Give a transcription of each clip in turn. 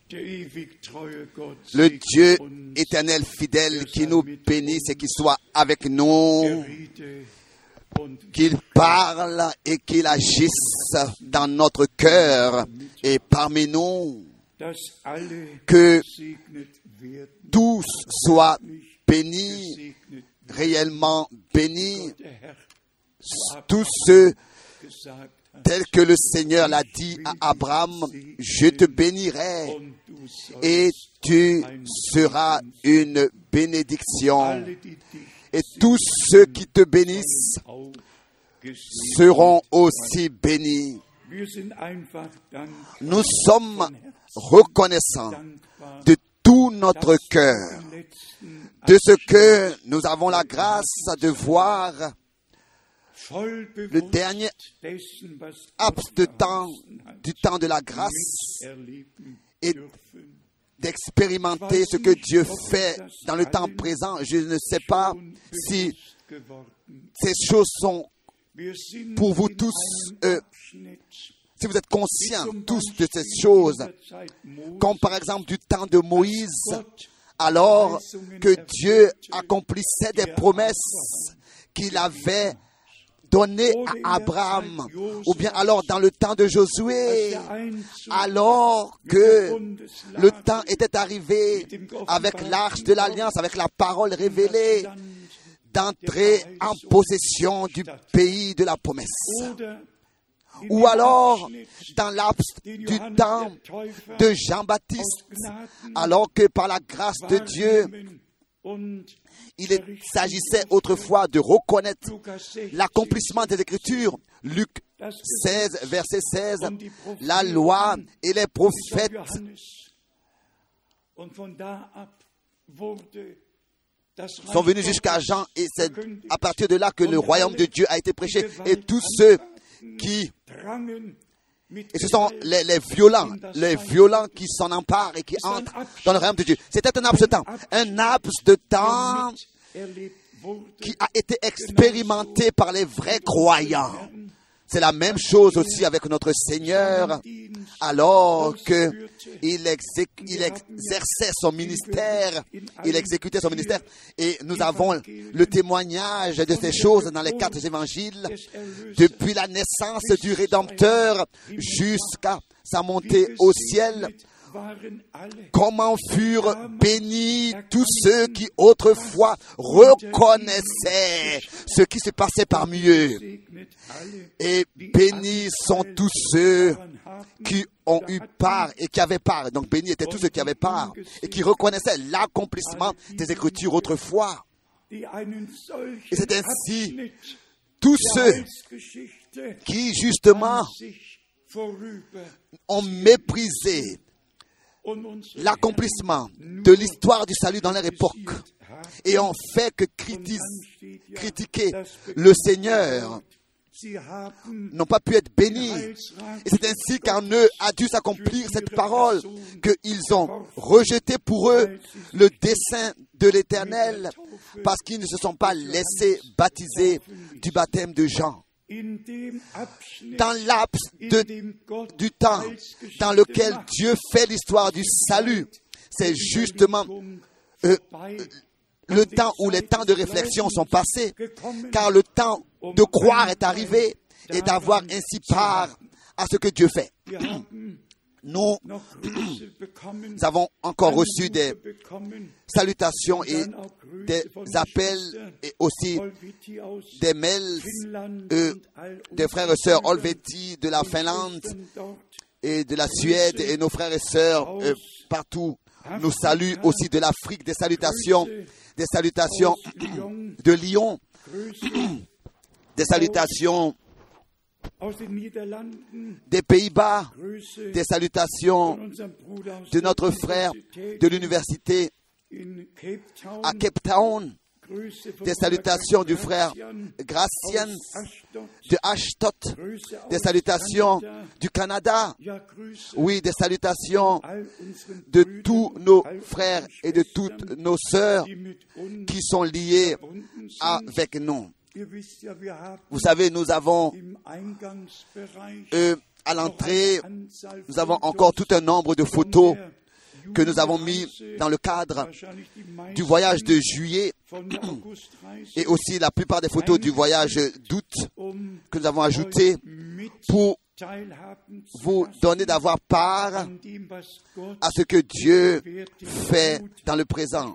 Le Dieu éternel fidèle qui nous bénisse et qui soit avec nous, qu'il parle et qu'il agisse dans notre cœur et parmi nous, que tous soient bénis, réellement bénis, tous ceux tels que le Seigneur l'a dit à Abraham, je te bénirai et tu seras une bénédiction. Et tous ceux qui te bénissent seront aussi bénis. Nous sommes reconnaissants de tout notre cœur de ce que nous avons la grâce de voir le dernier laps de temps, du temps de la grâce, et d'expérimenter ce que Dieu fait dans le temps présent. Je ne sais pas si ces choses sont pour vous tous, si vous êtes conscients tous de ces choses, comme par exemple du temps de Moïse, alors que Dieu accomplissait des promesses qu'il avait données à Abraham, ou bien alors dans le temps de Josué, alors que le temps était arrivé avec l'arche de l'alliance, avec la parole révélée, d'entrer en possession du pays de la promesse. Ou alors, dans laps du temps de Jean-Baptiste, alors que par la grâce de Dieu, il s'agissait autrefois de reconnaître l'accomplissement des Écritures. Luc 16, verset 16, la loi et les prophètes. Sont venus jusqu'à Jean, et c'est à partir de là que le royaume de Dieu a été prêché. Et tous ceux qui... Et ce sont les violents qui s'en emparent et qui entrent dans le royaume de Dieu. C'était un laps de temps qui a été expérimenté par les vrais croyants. C'est la même chose aussi avec notre Seigneur, alors qu'il exerçait son ministère, il exécutait son ministère, et nous avons le témoignage de ces choses dans les 4 évangiles, depuis la naissance du Rédempteur jusqu'à sa montée au ciel. Comment furent bénis tous ceux qui autrefois reconnaissaient ce qui se passait parmi eux. Et bénis sont tous ceux qui ont eu part et qui avaient part. Donc bénis étaient tous ceux qui avaient part et qui reconnaissaient l'accomplissement des Écritures autrefois. Et c'est ainsi tous ceux qui justement ont méprisé l'accomplissement de l'histoire du salut dans leur époque et ont fait que critiquer le Seigneur, n'ont pas pu être bénis. Et c'est ainsi qu'en eux a dû s'accomplir cette parole, qu'ils ont rejeté pour eux le dessein de l'Éternel parce qu'ils ne se sont pas laissés baptiser du baptême de Jean. Dans laps du temps dans lequel Dieu fait l'histoire du salut, c'est justement le temps où les temps de réflexion sont passés, car le temps de croire est arrivé et d'avoir ainsi part à ce que Dieu fait. Nous avons encore reçu des salutations et des appels et aussi des mails des frères et sœurs Olvetti de la Finlande et de la Suède, et nos frères et sœurs partout nous saluent aussi de l'Afrique, des salutations de Lyon, des salutations des Pays-Bas, des salutations de notre frère de l'université à Cape Town, des salutations du frère Gracian de Ashtot, des salutations du Canada, oui, des salutations de tous nos frères et de toutes nos sœurs qui sont liés avec nous. Vous savez, nous avons à l'entrée, nous avons encore tout un nombre de photos que nous avons mis dans le cadre du voyage de juillet et aussi la plupart des photos du voyage d'août que nous avons ajoutées pour vous donner d'avoir part à ce que Dieu fait dans le présent.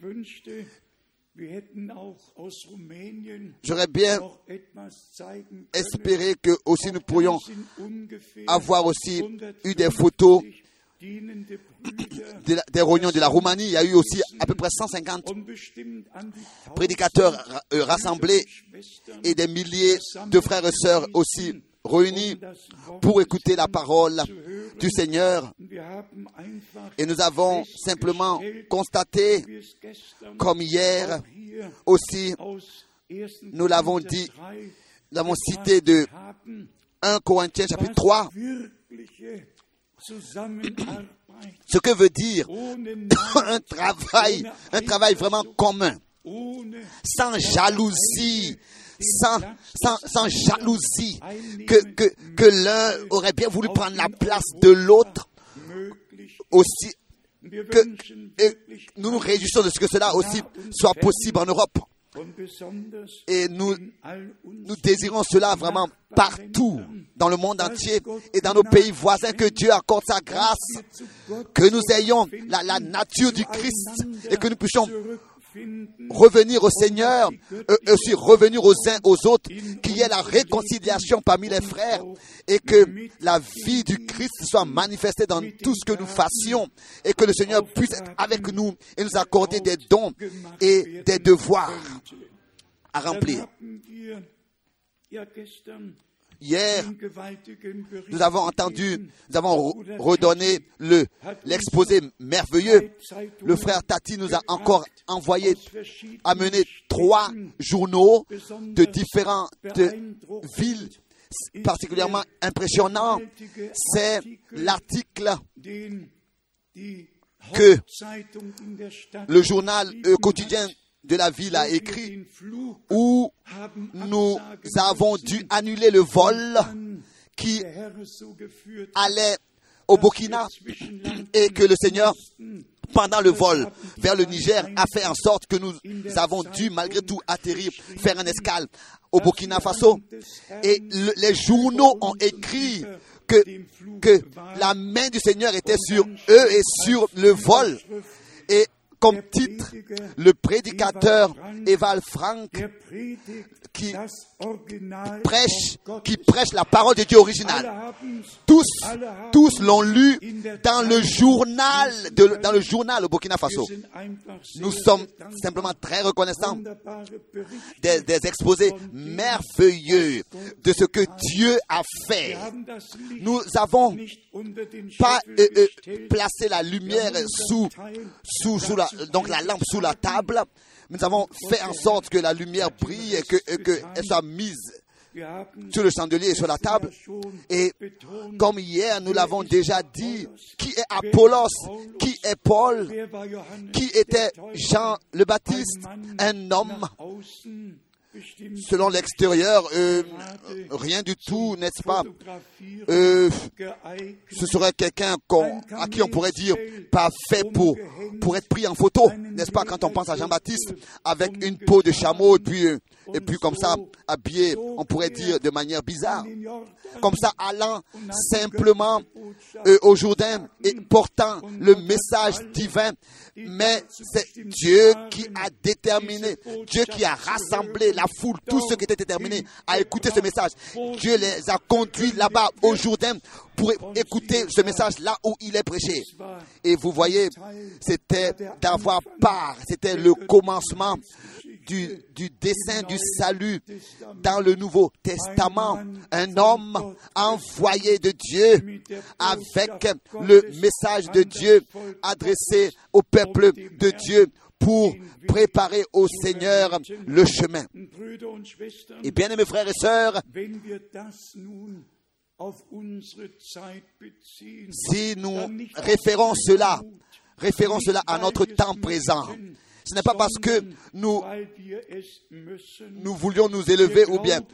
J'aurais bien espéré que aussi nous pourrions avoir aussi eu des photos des réunions de la Roumanie. Il y a eu aussi à peu près 150 prédicateurs rassemblés et des milliers de frères et sœurs aussi réunis pour écouter la parole du Seigneur. Et nous avons simplement constaté, comme hier aussi, nous l'avons dit, nous avons cité de 1 Corinthiens chapitre 3, ce que veut dire un travail vraiment commun, sans jalousie, sans jalousie, que l'un aurait bien voulu prendre la place de l'autre, aussi que nous nous réjouissons de ce que cela aussi soit possible en Europe. Et nous désirons cela vraiment partout, dans le monde entier et dans nos pays voisins, que Dieu accorde sa grâce, que nous ayons la nature du Christ et que nous puissions revenir au Seigneur, aussi revenir aux uns aux autres, qu'il y ait la réconciliation parmi les frères et que la vie du Christ soit manifestée dans tout ce que nous fassions et que le Seigneur puisse être avec nous et nous accorder des dons et des devoirs à remplir. Hier, nous avons redonné l'exposé merveilleux. Le frère Tati nous a encore amené 3 journaux de différentes villes particulièrement impressionnants. C'est l'article que le journal quotidien de la ville a écrit, où nous avons dû annuler le vol qui allait au Burkina et que le Seigneur, pendant le vol vers le Niger, a fait en sorte que nous avons dû malgré tout atterrir, faire une escale au Burkina Faso. Et les journaux ont écrit que la main du Seigneur était sur eux et sur le vol. Et comme titre, le prédicateur Eval Frank qui prêche la parole de Dieu originale. Tous l'ont lu dans le journal au Burkina Faso. Nous sommes simplement très reconnaissants des exposés merveilleux de ce que Dieu a fait. Nous n'avons pas placé la lumière donc la lampe sous la table. Nous avons fait en sorte que la lumière brille et qu'elle soit mise sur le chandelier et sur la table. Et comme hier, nous l'avons déjà dit, qui est Apollos, qui est Paul, qui était Jean le Baptiste, un homme selon l'extérieur, rien du tout, n'est-ce pas? Ce serait quelqu'un à qui on pourrait dire pas fait pour être pris en photo, n'est-ce pas? Quand on pense à Jean-Baptiste avec une peau de chameau et puis comme ça habillé, on pourrait dire de manière bizarre, comme ça allant simplement au Jourdain et portant le message divin. Mais c'est Dieu qui a déterminé, Dieu qui a rassemblé la foule, tous ceux qui étaient déterminés à écouter ce message. Dieu les a conduits là-bas au Jourdain pour écouter ce message là où il est prêché. Et vous voyez, c'était d'avoir part, c'était le commencement du dessein du salut dans le Nouveau Testament. Un homme envoyé de Dieu avec le message de Dieu adressé au peuple de Dieu pour préparer au Seigneur le chemin. Et bien aimés frères et sœurs, si nous référons cela à notre temps présent, Ce n'est pas parce que nous voulions nous élever ou bien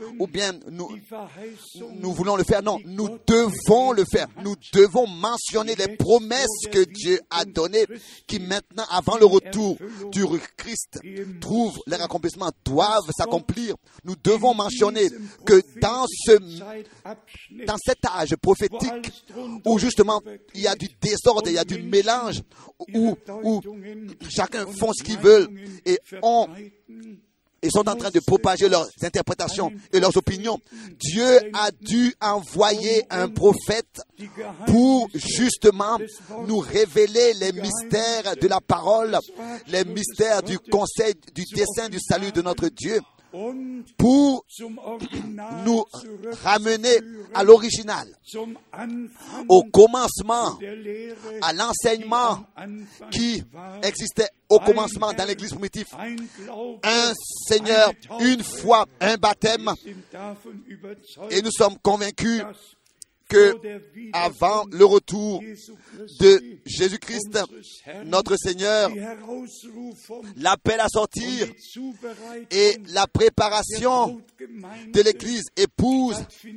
nous voulons le faire. Non, nous devons le faire. Nous devons mentionner les promesses que Dieu a données qui maintenant, avant le retour du Christ, trouvent leur accomplissement, doivent s'accomplir. Nous devons mentionner que dans cet âge prophétique où justement il y a du désordre, il y a du mélange, où chacun fait ce qu'il veut et sont en train de propager leurs interprétations et leurs opinions. Dieu a dû envoyer un prophète pour justement nous révéler les mystères de la parole, les mystères du conseil, du dessein du salut de notre Dieu, pour nous ramener à l'original, au commencement, à l'enseignement qui existait au commencement dans l'Église primitive. Un Seigneur, une foi, un baptême. Et nous sommes convaincus que avant le retour de Jésus-Christ, notre Seigneur, l'appel à sortir et la préparation de l'Église épouse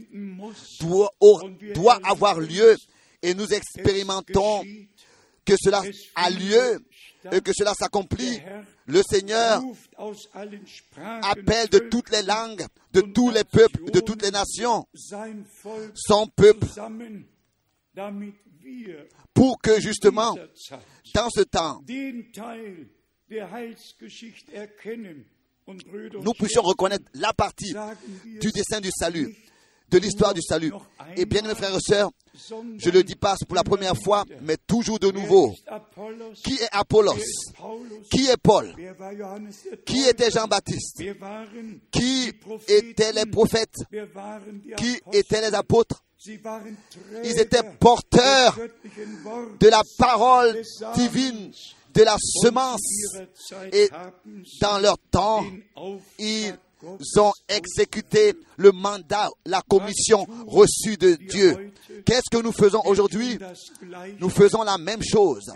doit avoir lieu, et nous expérimentons que cela a lieu et que cela s'accomplit. Le Seigneur appelle de toutes les langues, de tous les peuples, de toutes les nations, son peuple, pour que justement, dans ce temps, nous puissions reconnaître la partie du dessein du salut, de l'histoire du salut. Et bien, mes frères et sœurs, je ne le dis pas pour la première fois, mais toujours de nouveau. Qui est Apollos? Qui est Paul? Qui était Jean-Baptiste? Qui étaient les prophètes? Qui étaient les apôtres? Ils étaient porteurs de la parole divine, de la semence. Et dans leur temps, ils ont exécuté le mandat, la commission reçue de Dieu. Qu'est-ce que nous faisons aujourd'hui? Nous faisons la même chose.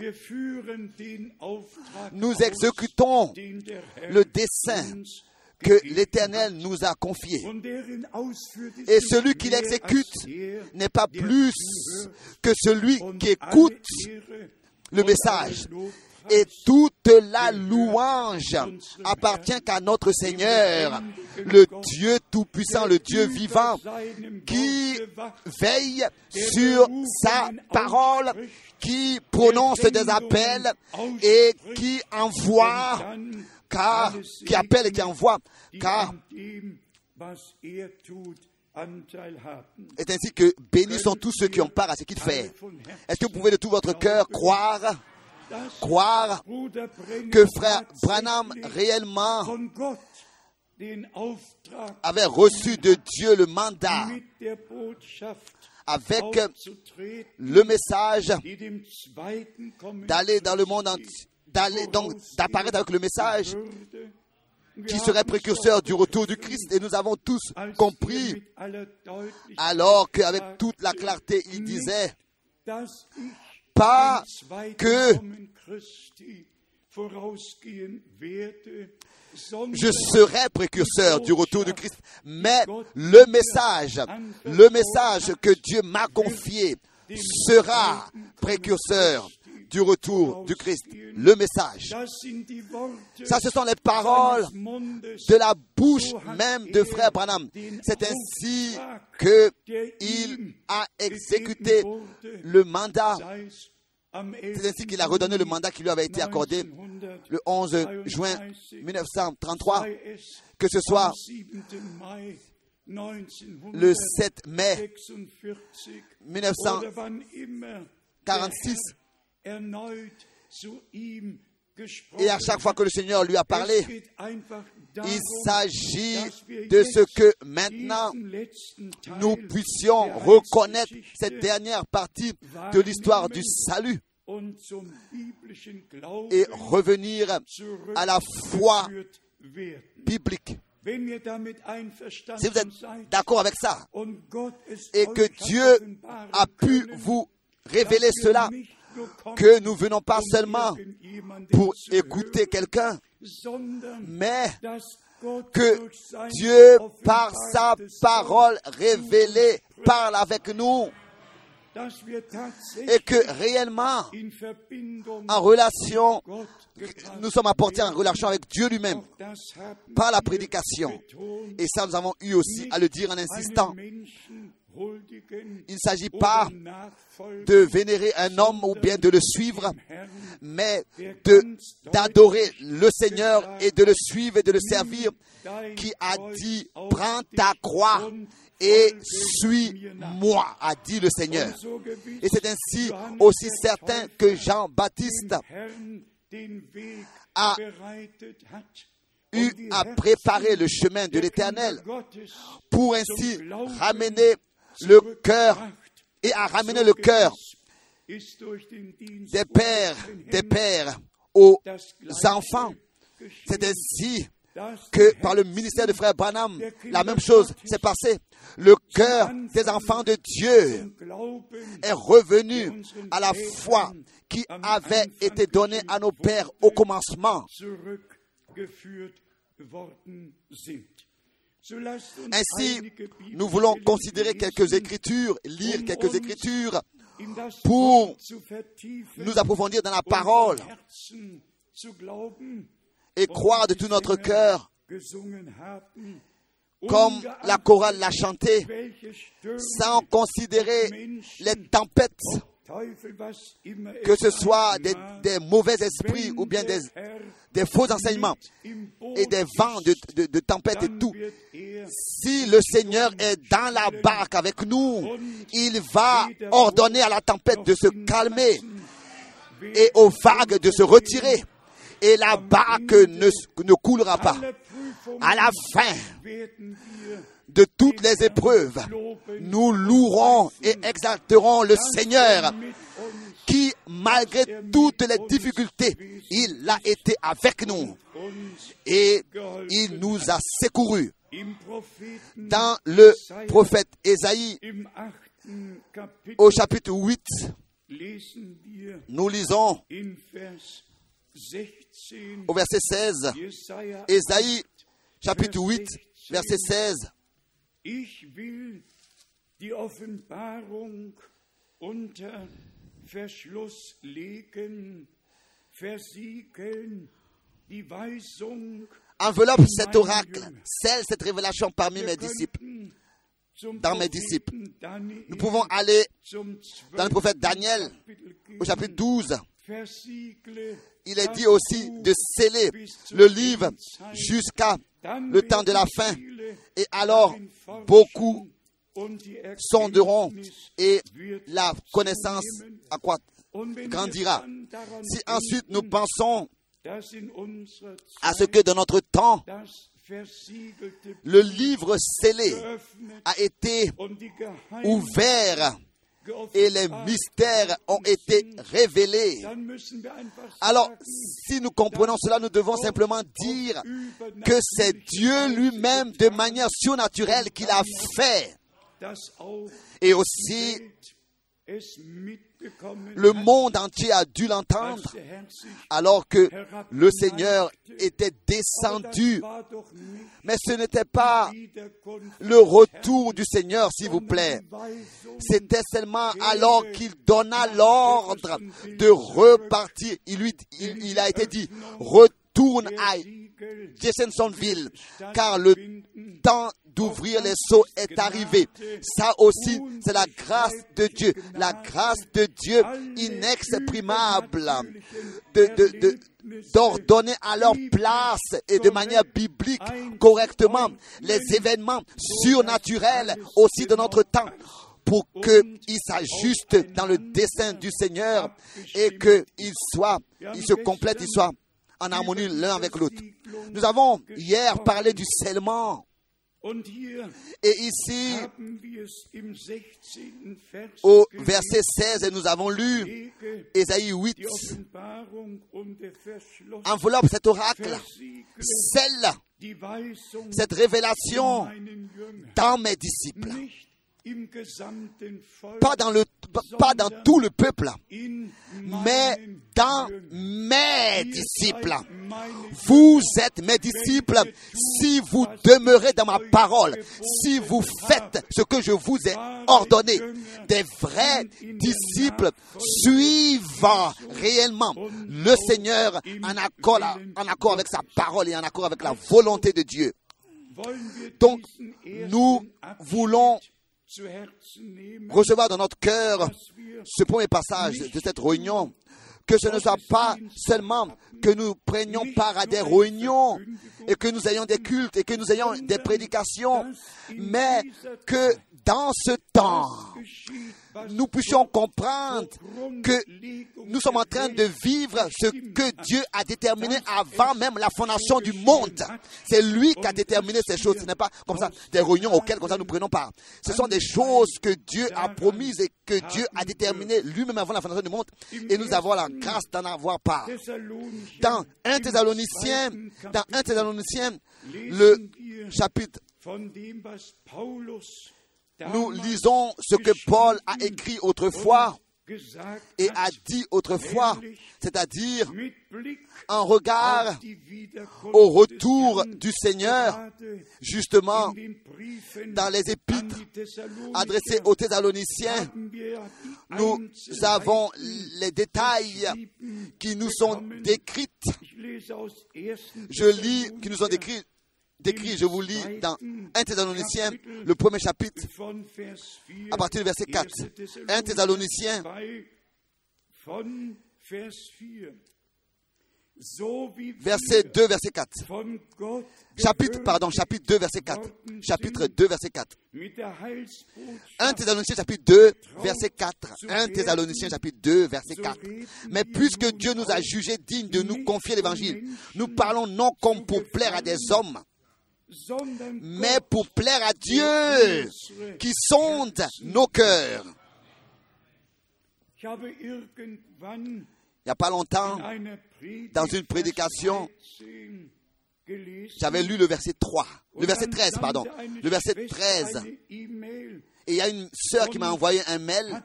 Nous exécutons le dessein que l'Éternel nous a confié. Et celui qui l'exécute n'est pas plus que celui qui écoute le message. Et toute la louange appartient qu'à notre Seigneur, le Dieu Tout-Puissant, le Dieu vivant, qui veille sur sa parole, qui prononce des appels et qui envoie, qui appelle et qui envoie, car est ainsi que bénis sont tous ceux qui ont part à ce qu'il fait. Est-ce que vous pouvez de tout votre cœur croire que frère Branham réellement avait reçu de Dieu le mandat avec le message d'aller dans le monde entier, d'apparaître avec le message qui serait précurseur du retour du Christ. Et nous avons tous compris, alors qu'avec toute la clarté, il disait pas que je serai précurseur du retour du Christ, mais le message que Dieu m'a confié sera précurseur du retour du Christ. Le message. Ça, ce sont les paroles de la bouche même de frère Branham. C'est ainsi qu'il a exécuté le mandat. C'est ainsi qu'il a redonné le mandat qui lui avait été accordé le 11 juin 1933, que ce soit le 7 mai 1946. Et à chaque fois que le Seigneur lui a parlé, il s'agit de ce que maintenant nous puissions reconnaître cette dernière partie de l'histoire du salut et revenir à la foi biblique. Si vous êtes d'accord avec ça et que Dieu a pu vous révéler cela, que nous venons pas seulement pour écouter quelqu'un, mais que Dieu, par sa parole révélée, parle avec nous et que réellement, en relation, nous sommes apportés en relation avec Dieu lui-même par la prédication. Et ça, nous avons eu aussi à le dire en insistant. Il ne s'agit pas de vénérer un homme ou bien de le suivre, mais d'adorer le Seigneur et de le suivre et de le servir, qui a dit « Prends ta croix et suis-moi », a dit le Seigneur. Et c'est ainsi aussi certain que Jean-Baptiste a eu à préparer le chemin de l'Éternel pour ainsi ramener le cœur et à ramener le cœur des pères aux enfants. C'est ainsi que par le ministère de Frère Branham, la même chose s'est passée. Le cœur des enfants de Dieu est revenu à la foi qui avait été donnée à nos pères au commencement. Ainsi, nous voulons considérer quelques écritures, lire quelques écritures pour nous approfondir dans la parole et croire de tout notre cœur, comme la chorale l'a chanté, sans considérer les tempêtes, que ce soit des mauvais esprits ou bien des faux enseignements et des vents de tempête et tout. Si le Seigneur est dans la barque avec nous, il va ordonner à la tempête de se calmer et aux vagues de se retirer. Et la barque ne coulera pas. À la fin de toutes les épreuves, nous louerons et exalterons le Seigneur qui, malgré toutes les difficultés, il a été avec nous et il nous a secourus. Dans le prophète Ésaïe, au chapitre 8, nous lisons au verset 16, Ésaïe, chapitre 8, verset 16. Ich will die Offenbarung unter Verschluss legen, versiegeln, die Weisung. Enveloppe cet oracle, scelle cette révélation parmi mes disciples, dans mes disciples. Nous pouvons aller dans le prophète Daniel, au chapitre 12. Il est dit aussi de sceller le livre jusqu'à le temps de la fin. Et alors, beaucoup sonderont et la connaissance grandira. Si ensuite nous pensons à ce que dans notre temps, le livre scellé a été ouvert et les mystères ont été révélés. Alors, si nous comprenons cela, nous devons simplement dire que c'est Dieu lui-même de manière surnaturelle qui l'a fait. Et aussi, le monde entier a dû l'entendre alors que le Seigneur était descendu. Mais ce n'était pas le retour du Seigneur, s'il vous plaît. C'était seulement alors qu'il donna l'ordre de repartir. Il a été dit, retourne à Jeffersonville, car le temps d'ouvrir les seaux est arrivé. Ça aussi, c'est la grâce de Dieu. La grâce de Dieu inexprimable d'ordonner à leur place et de manière biblique, correctement, les événements surnaturels aussi de notre temps, pour qu'ils s'ajustent dans le dessein du Seigneur et qu'ils se complètent, ils soient en harmonie l'un avec l'autre. Nous avons hier parlé du scellement. Et ici, au verset 16, nous avons lu Ésaïe 8. Enveloppe cet oracle, scelle cette révélation dans mes disciples. Pas dans tout le peuple, mais dans mes disciples. Vous êtes mes disciples si vous demeurez dans ma parole, si vous faites ce que je vous ai ordonné. Des vrais disciples suivent réellement le Seigneur en accord avec sa parole et en accord avec la volonté de Dieu. Donc, nous voulons recevoir dans notre cœur ce premier passage de cette réunion, que ce ne soit pas seulement que nous prenions part à des réunions et que nous ayons des cultes et que nous ayons des prédications, mais que dans ce temps, nous puissions comprendre que nous sommes en train de vivre ce que Dieu a déterminé avant même la fondation du monde. C'est lui qui a déterminé ces choses. Ce n'est pas comme ça des réunions auxquelles comme ça nous prenons part. Ce sont des choses que Dieu a promises et que Dieu a déterminées lui-même avant la fondation du monde. Et nous avons la grâce d'en avoir part. Dans 1 Thessaloniciens, le chapitre, nous lisons ce que Paul a écrit autrefois et a dit autrefois, c'est-à-dire en regard au retour du Seigneur, justement dans les épîtres adressées aux Thessaloniciens. Nous avons les détails qui nous sont décrits. Je lis, qui nous sont décrits, je vous lis dans 1 Thessaloniciens, le premier chapitre, à partir du verset 4. 1 Thessaloniciens, verset 2, verset 4. Chapitre 2, verset 4. Chapitre 2, verset 4. 1 Thessaloniciens, chapitre 2, verset 4. 1 Thessaloniciens, chapitre 2, verset 4. Mais puisque Dieu nous a jugés dignes de nous confier l'évangile, nous parlons non comme pour plaire à des hommes, mais pour plaire à Dieu qui sonde nos cœurs. Il n'y a pas longtemps, dans une prédication, j'avais lu le verset 3, le verset 13, pardon, le verset 13. Et il y a une sœur qui m'a envoyé un mail.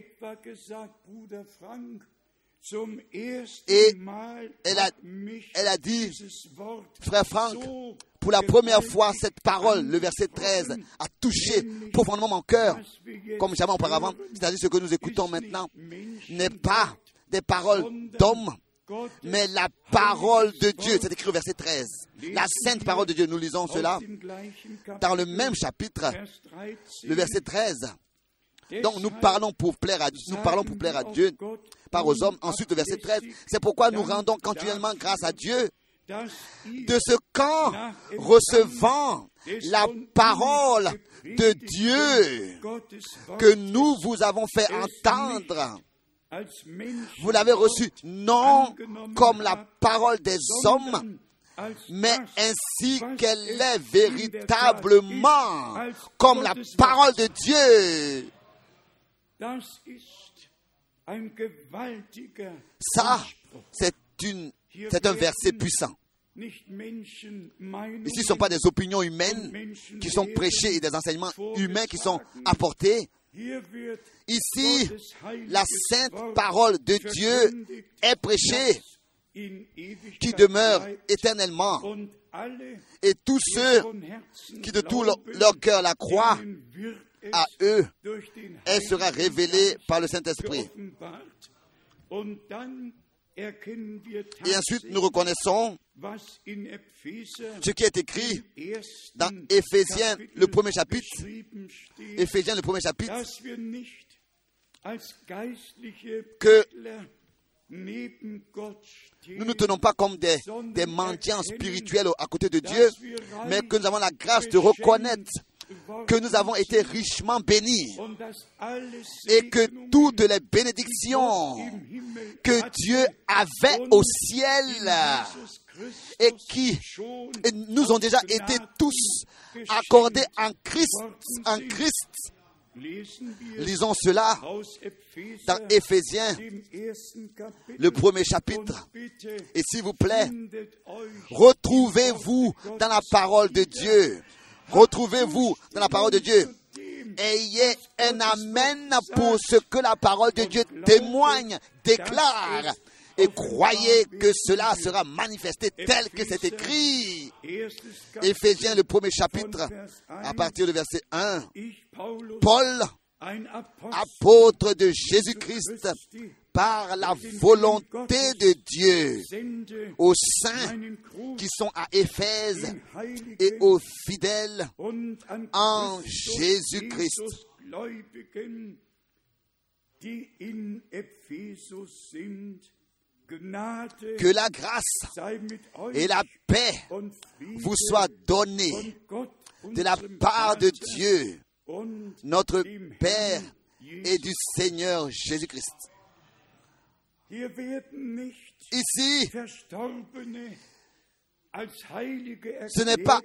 Et elle a dit, frère Franck, pour la première fois, cette parole, le verset 13, a touché profondément mon cœur, comme jamais auparavant. C'est-à-dire ce que nous écoutons maintenant n'est pas des paroles d'hommes, mais la parole de Dieu. C'est écrit au verset 13. La sainte parole de Dieu. Nous lisons cela dans le même chapitre, le verset 13. Donc nous parlons pour plaire à Dieu, pas aux hommes. Ensuite, le verset 13. C'est pourquoi nous rendons continuellement grâce à Dieu de ce qu'en recevant la parole de Dieu que nous vous avons fait entendre, vous l'avez reçue non comme la parole des hommes, mais ainsi qu'elle est véritablement comme la parole de Dieu. Ça, c'est un verset puissant. Ici, ce ne sont pas des opinions humaines qui sont prêchées et des enseignements humains qui sont apportés. Ici, la sainte parole de Dieu est prêchée, qui demeure éternellement. Et tous ceux qui de tout leur cœur la croient, à eux, elle sera révélée par le Saint-Esprit. Et ensuite, nous reconnaissons ce qui est écrit dans Éphésiens, le premier chapitre. Éphésiens, le premier chapitre. Que nous ne tenons pas comme des mendiants spirituels à côté de Dieu, mais que nous avons la grâce de reconnaître que nous avons été richement bénis et que toutes les bénédictions que Dieu avait au ciel et qui nous ont déjà été tous accordés en Christ. Lisons cela dans Éphésiens, le premier chapitre. Et s'il vous plaît, retrouvez-vous dans la parole de Dieu. Retrouvez-vous dans la parole de Dieu. Ayez un amen pour ce que la parole de Dieu témoigne, déclare. et croyez que cela sera manifesté tel que c'est écrit. Éphésiens, le premier chapitre, à partir du verset 1. Paul, apôtre de Jésus-Christ, par la volonté de Dieu, aux saints qui sont à Éphèse et aux fidèles en Jésus-Christ. Que la grâce et la paix vous soient données de la part de Dieu, notre Père et du Seigneur Jésus-Christ. Ici, ce n'est pas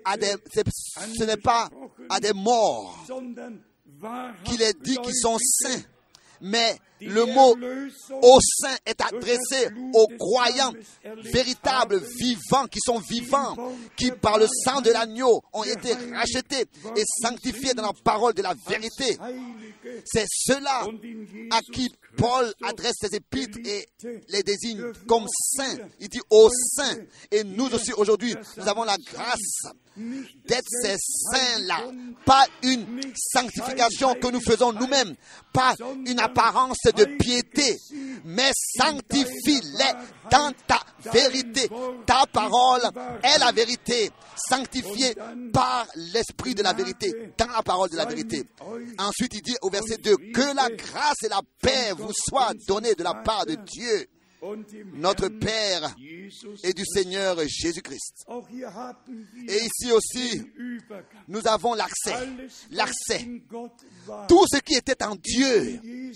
à des morts qu'il est dit qu'ils sont saints, mais le mot « aux saints » est adressé aux croyants véritables, vivants, qui sont vivants, qui par le sang de l'agneau ont été rachetés et sanctifiés dans la parole de la vérité. C'est ceux-là à qui Paul adresse ses épîtres et les désigne comme saints. Il dit aux saints. Et nous aussi aujourd'hui, nous avons la grâce d'être ces saints-là. Pas une sanctification que nous faisons nous-mêmes, pas une apparence de piété, mais sanctifie-les dans ta vérité. Ta parole est la vérité, sanctifiée par l'esprit de la vérité, dans la parole de la vérité. Ensuite, il dit au verset 2, que la grâce et la paix vous soient données de la part de Dieu, notre Père et du Seigneur Jésus-Christ. Et ici aussi, nous avons l'accès. Tout ce qui était en Dieu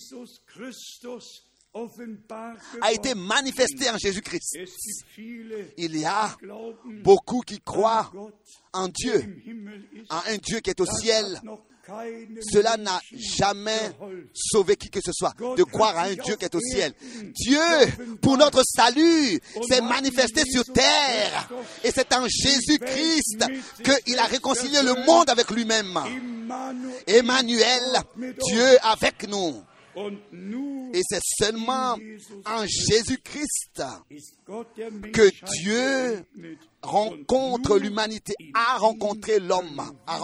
a été manifesté en Jésus-Christ. Il y a beaucoup qui croient en Dieu, en un Dieu qui est au ciel. Cela n'a jamais sauvé qui que ce soit de croire à un Dieu qui est au ciel. Dieu, pour notre salut, s'est manifesté sur terre. Et c'est en Jésus-Christ qu'il a réconcilié le monde avec lui-même. Emmanuel, Dieu avec nous. Et c'est seulement en Jésus-Christ que Dieu rencontre l'humanité, a rencontré l'homme.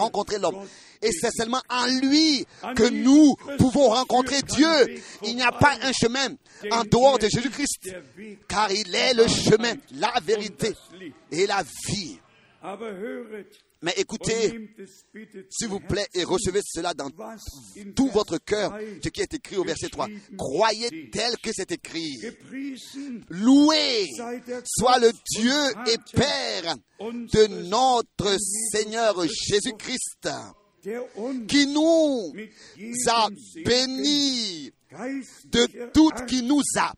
Et c'est seulement en lui que nous pouvons rencontrer Dieu. Il n'y a pas un chemin en dehors de Jésus-Christ, car il est le chemin, la vérité et la vie. Mais écoutez, s'il vous plaît, et recevez cela dans tout votre cœur, ce qui est écrit au verset 3. Croyez tel que c'est écrit. Loué soit le Dieu et Père de notre Seigneur Jésus-Christ, qui nous a bénis de toute, qui nous a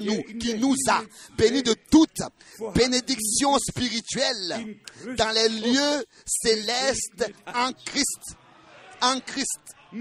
bénis de toute bénédiction spirituelle dans les lieux célestes en Christ.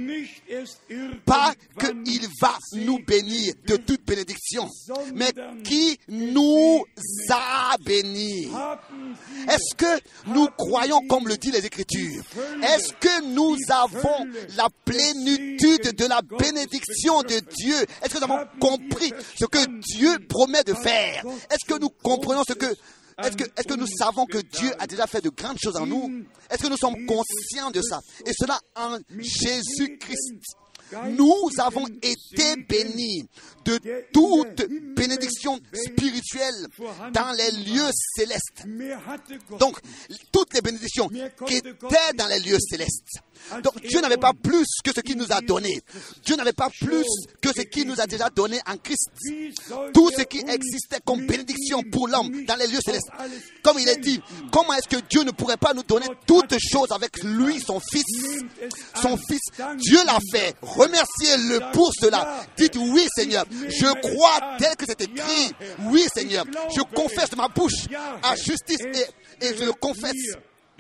Pas qu'il va nous bénir de toute bénédiction, mais qui nous a bénis. Est-ce que nous croyons comme le dit les Écritures? Est-ce que nous avons la plénitude de la bénédiction de Dieu? Est-ce que nous avons compris ce que Dieu promet de faire? Est-ce que nous comprenons ce que... Est-ce que nous savons que Dieu a déjà fait de grandes choses en nous? Est-ce que nous sommes conscients de ça? Et cela en Jésus-Christ. Nous avons été bénis de toute bénédiction spirituelle dans les lieux célestes. Donc, toutes les bénédictions qui étaient dans les lieux célestes. Donc, Dieu n'avait pas plus que ce qu'il nous a donné. Dieu n'avait pas plus que ce qu'il nous a déjà donné en Christ. Tout ce qui existait comme bénédiction pour l'homme dans les lieux célestes. Comme il est dit, comment est-ce que Dieu ne pourrait pas nous donner toutes choses avec lui, son Fils? Son Fils, Dieu l'a fait. Remerciez-le pour cela. Dites oui, Seigneur. Je crois tel que c'est écrit. Oui, Seigneur. Je confesse de ma bouche à justice et je le confesse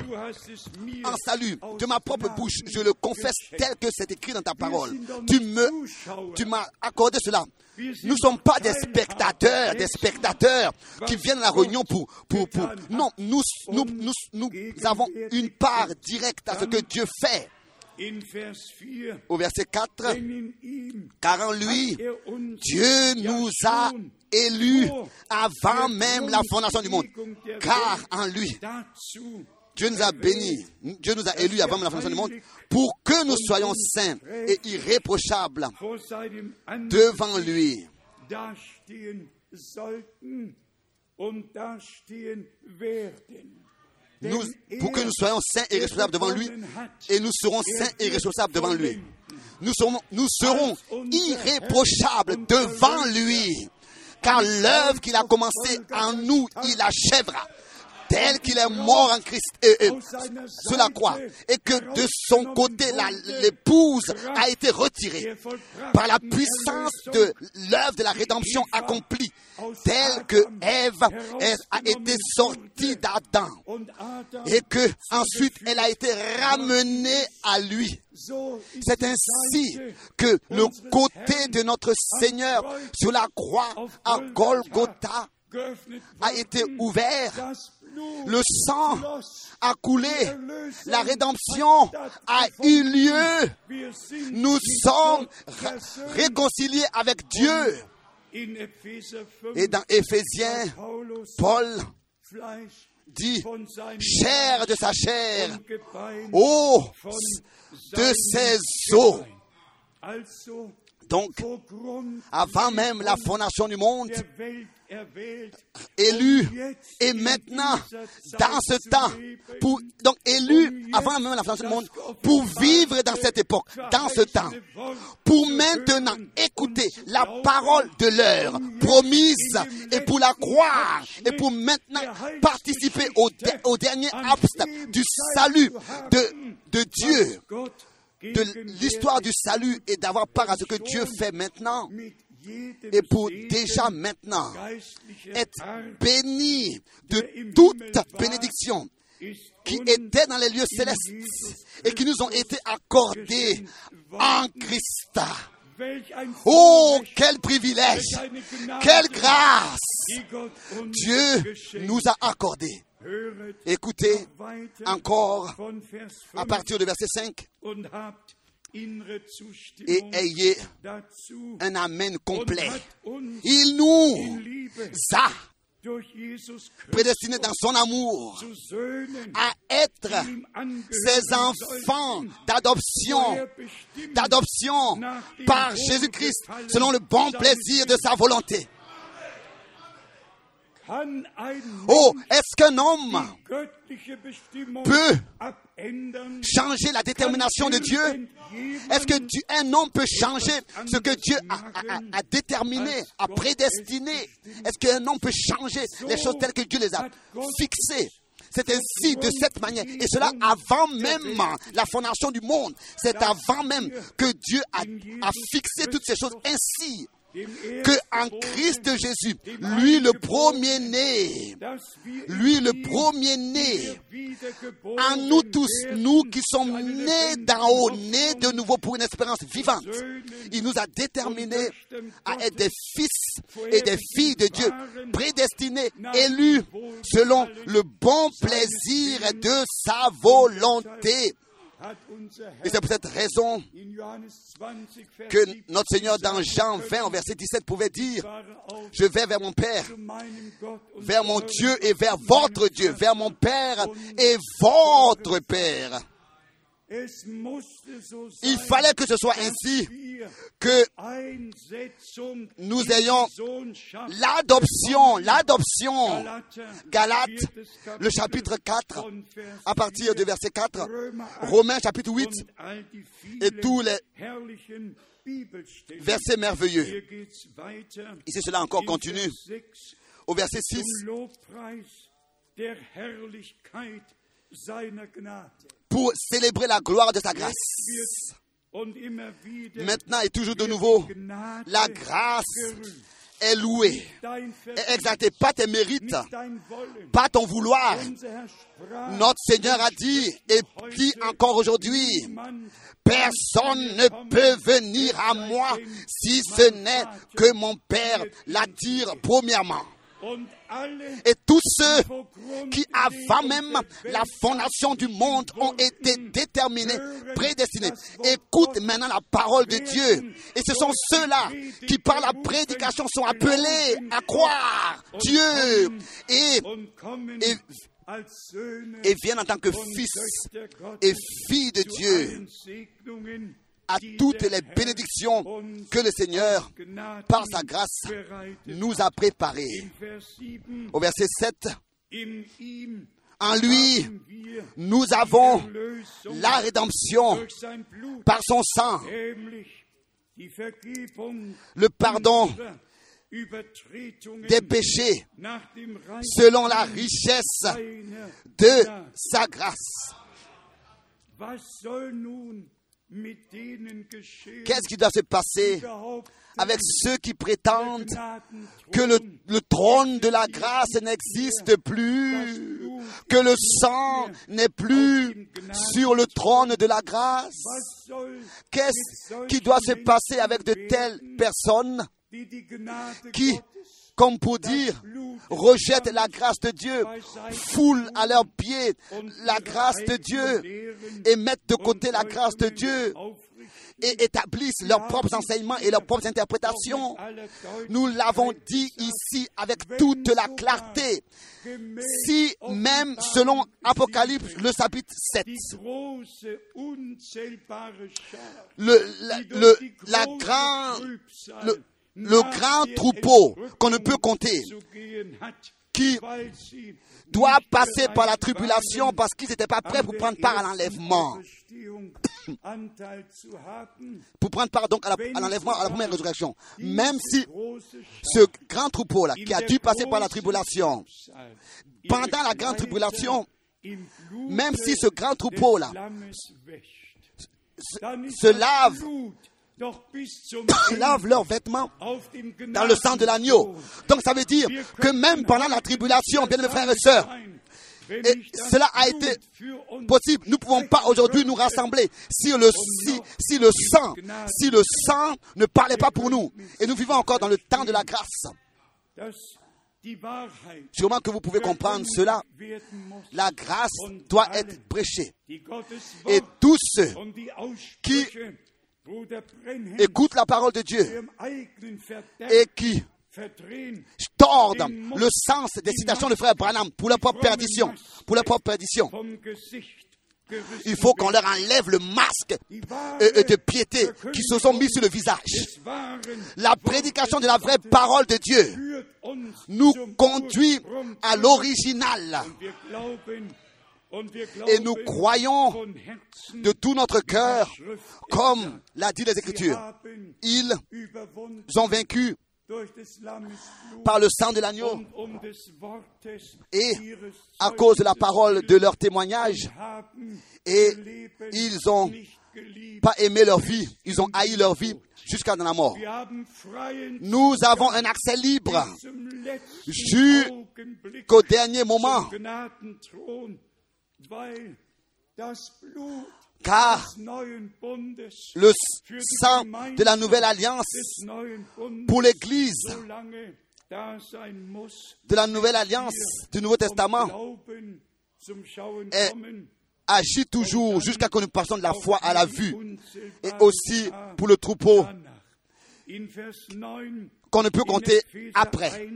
en salut de ma propre bouche. Je le confesse tel que c'est écrit dans ta parole. Tu m'as accordé cela. Nous ne sommes pas des spectateurs qui viennent à la réunion pour... Non, nous avons une part directe à ce que Dieu fait. In Vers 4, au verset 4, denn in ihm car en lui, hat uns Dieu nous a schon élus vor avant der même la fondation du monde. Grundlegung der Car Welt en lui, dazu Dieu nous a bénis, Dieu nous a élus avant même la fondation du monde pour que nous soyons saints et irréprochables vor seinem devant lui. dastehen sollten und dastehen werden. Nous, pour que nous soyons saints et irréprochables devant lui, et nous serons saints et irréprochables devant lui. Nous serons irréprochables devant lui, car l'œuvre qu'il a commencée en nous, il l'achèvera. Tel qu'il est mort en Christ sur la croix, et que de son côté l'épouse a été retirée par la puissance de l'œuvre de la rédemption accomplie, telle que Ève a été sortie d'Adam, et que ensuite elle a été ramenée à lui. C'est ainsi que le côté de notre Seigneur sur la croix à Golgotha a été ouvert. Le sang a coulé, la rédemption a eu lieu. Nous sommes réconciliés avec Dieu. Et dans Éphésiens, Paul dit, chair de sa chair, eau de ses os. Donc, avant même la fondation du monde, élu, et maintenant, dans ce temps, donc élu avant même la fondation du monde, pour vivre dans cette époque, dans ce temps, pour maintenant écouter la parole de l'heure promise, et pour la croire, et pour maintenant participer au dernier acte du salut de Dieu, de l'histoire du salut, et d'avoir part à ce que Dieu fait maintenant, et pour déjà maintenant être béni de toute bénédiction qui était dans les lieux célestes et qui nous ont été accordés en Christ. Oh, quel privilège, quelle grâce Dieu nous a accordé. Écoutez encore à partir du verset 5. Et ayez un amen complet. Il nous a prédestinés dans son amour à être ses enfants d'adoption par Jésus-Christ selon le bon plaisir de sa volonté. Oh, est-ce qu'un homme peut changer la détermination de Dieu? Est-ce qu'un homme peut changer ce que Dieu a déterminé, a prédestiné? Est-ce qu'un homme peut changer les choses telles que Dieu les a fixées? C'est ainsi, de cette manière, et cela avant même la fondation du monde. C'est avant même que Dieu a fixé toutes ces choses ainsi. Que en Christ Jésus, lui le premier-né, en nous tous, nous qui sommes nés d'en haut, nés de nouveau pour une espérance vivante, il nous a déterminés à être des fils et des filles de Dieu, prédestinés, élus selon le bon plaisir de sa volonté. Et c'est pour cette raison que notre Seigneur dans Jean 20 au verset 17 pouvait dire: je vais vers mon Père, vers mon Dieu et vers votre Dieu, vers mon Père et votre Père. Il fallait que ce soit ainsi que nous ayons l'adoption. Galates, le chapitre 4, à partir du verset 4, Romains chapitre 8, et tous les versets merveilleux. Ici, cela encore continue. Au verset 6, pour célébrer la gloire de sa grâce. Maintenant et toujours de nouveau, la grâce est louée, est exaltée, pas tes mérites, pas ton vouloir. Notre Seigneur a dit, et dit encore aujourd'hui, personne ne peut venir à moi si ce n'est que mon Père l'attire premièrement. Et tous ceux qui, avant même la fondation du monde, ont été déterminés, prédestinés, écoutent maintenant la parole de Dieu. Et ce sont ceux-là qui, par la prédication, sont appelés à croire Dieu et viennent en tant que fils et filles de Dieu à toutes les bénédictions que le Seigneur, par sa grâce, nous a préparées. Au verset 7, en lui, nous avons la rédemption par son sang, le pardon des péchés selon la richesse de sa grâce. Qu'est-ce qui doit se passer avec ceux qui prétendent que le trône de la grâce n'existe plus, que le sang n'est plus sur le trône de la grâce? Qu'est-ce qui doit se passer avec de telles personnes qui, comme pour dire, rejettent la grâce de Dieu, foulent à leurs pieds la grâce de Dieu et mettent de côté la grâce de Dieu et établissent leurs propres enseignements et leurs propres interprétations? Nous l'avons dit ici avec toute la clarté. Si même selon Apocalypse, le chapitre 7, le grand troupeau qu'on ne peut compter, qui doit passer par la tribulation parce qu'ils n'étaient pas prêts pour prendre part à l'enlèvement. Pour prendre part donc à l'enlèvement, à la première résurrection. Même si ce grand troupeau-là, qui a dû passer par la tribulation, pendant la grande tribulation, même si ce grand troupeau-là se lavent leurs vêtements dans le sang de l'agneau. Donc ça veut dire que même pendant la tribulation, bien mes frères et sœurs, et cela a été possible. Nous ne pouvons pas aujourd'hui nous rassembler si le sang ne parlait pas pour nous. Et nous vivons encore dans le temps de la grâce. Sûrement que vous pouvez comprendre cela. La grâce doit être prêchée. Et tous ceux qui écoutent la parole de Dieu et qui tordent le sens des citations de frère Branham pour leur propre perdition. Il faut qu'on leur enlève le masque de piété qui se sont mis sur le visage. La prédication de la vraie parole de Dieu nous conduit à l'original. Et nous croyons de tout notre cœur, comme l'a dit les Écritures. Ils ont vaincu par le sang de l'agneau et à cause de la parole de leur témoignage. Et ils n'ont pas aimé leur vie, ils ont haï leur vie jusqu'à dans la mort. Nous avons un accès libre jusqu'au dernier moment. Car le sang de la nouvelle alliance pour l'Église, de la nouvelle alliance du Nouveau Testament, agit toujours jusqu'à ce que nous passions de la foi à la vue, et aussi pour le troupeau qu'on ne peut compter après.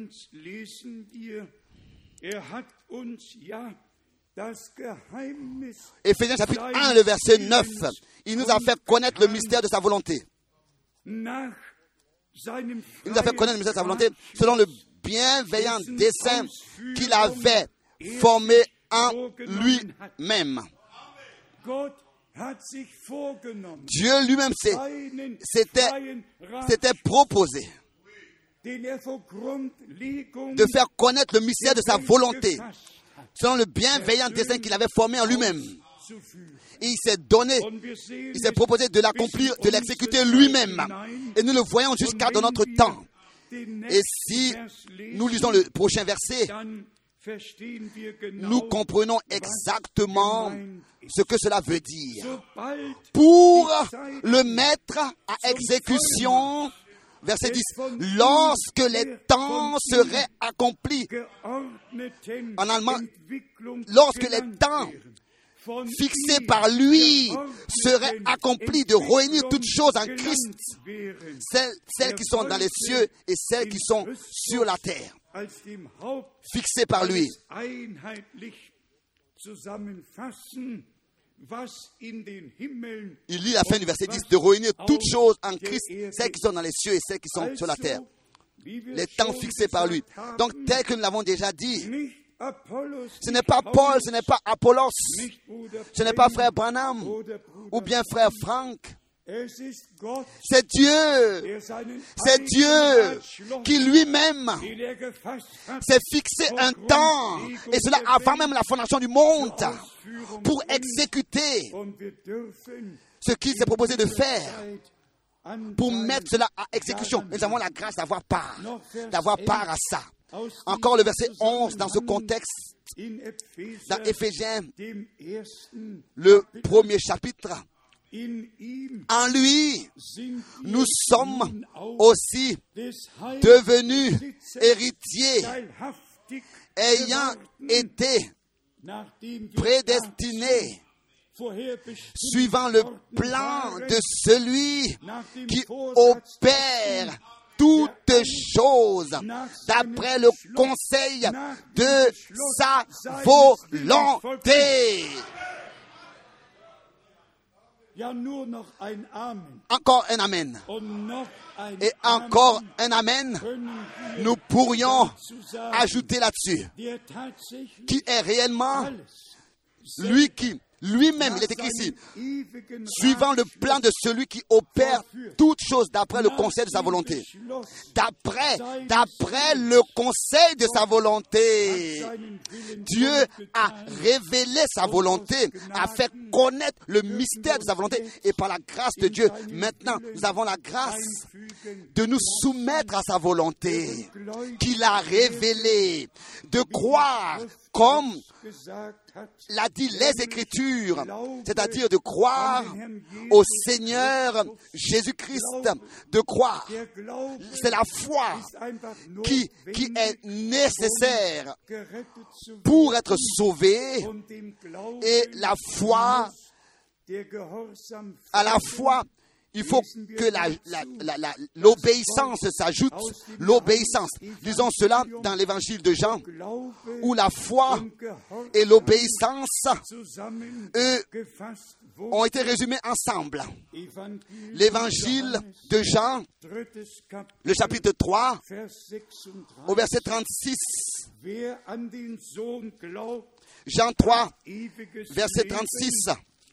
Éphésiens chapitre 1, le verset 9. Il nous a fait connaître le mystère de sa volonté. Il nous a fait connaître le mystère de sa volonté selon le bienveillant dessein qu'il avait formé en lui-même. Dieu lui-même s'était proposé de faire connaître le mystère de sa volonté selon le bienveillant dessein qu'il avait formé en lui-même. Il s'est proposé de l'accomplir, de l'exécuter lui-même. Et nous le voyons jusqu'à dans notre temps. Et si nous lisons le prochain verset, nous comprenons exactement ce que cela veut dire. Pour le mettre à exécution verset 10. Lorsque les temps seraient accomplis, en allemand, lorsque les temps fixés par lui seraient accomplis de réunir toutes choses en Christ, celles qui sont dans les cieux et celles qui sont sur la terre, fixées par lui. Il lit la fin du verset 10, de réunir toutes choses en Christ, celles qui sont dans les cieux et celles qui sont sur la terre. Les temps fixés par lui. Donc, tel que nous l'avons déjà dit, ce n'est pas Paul, ce n'est pas Apollos, ce n'est pas frère Branham ou bien frère Frank. C'est Dieu qui lui-même s'est fixé un temps, et cela avant même la fondation du monde, pour exécuter ce qu'il s'est proposé de faire, pour mettre cela à exécution. Nous avons la grâce d'avoir part à ça. Encore le verset 11 dans ce contexte, dans Éphésiens, le premier chapitre. En lui, nous sommes aussi devenus héritiers, ayant été prédestinés, suivant le plan de celui qui opère toutes choses d'après le conseil de sa volonté. Encore un amen. Et encore un amen. Nous pourrions ajouter là-dessus. Qui est réellement lui qui lui-même, il est écrit ici, suivant le plan de celui qui opère toutes choses d'après le conseil de sa volonté. D'après le conseil de sa volonté, Dieu a révélé sa volonté, a fait connaître le mystère de sa volonté. Et par la grâce de Dieu, maintenant, nous avons la grâce de nous soumettre à sa volonté, qu'il a révélée, de croire comme l'a dit les Écritures, c'est-à-dire de croire au Seigneur Jésus-Christ, de croire. C'est la foi qui est nécessaire pour être sauvé, et la foi, à la foi, il faut que l'obéissance s'ajoute, l'obéissance. Disons cela dans l'évangile de Jean, où la foi et l'obéissance, ont été résumés ensemble. L'évangile de Jean, le chapitre 3, au verset 36. Jean 3, verset 36.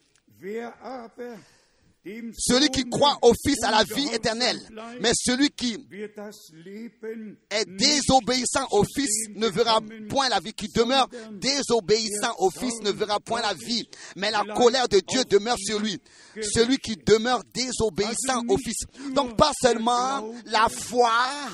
Celui qui croit au Fils a la vie éternelle, mais celui qui est désobéissant au Fils ne verra point la vie. Qui demeure désobéissant au Fils ne verra point la vie, mais la colère de Dieu demeure sur lui. Celui qui demeure désobéissant au Fils. Donc pas seulement la foi,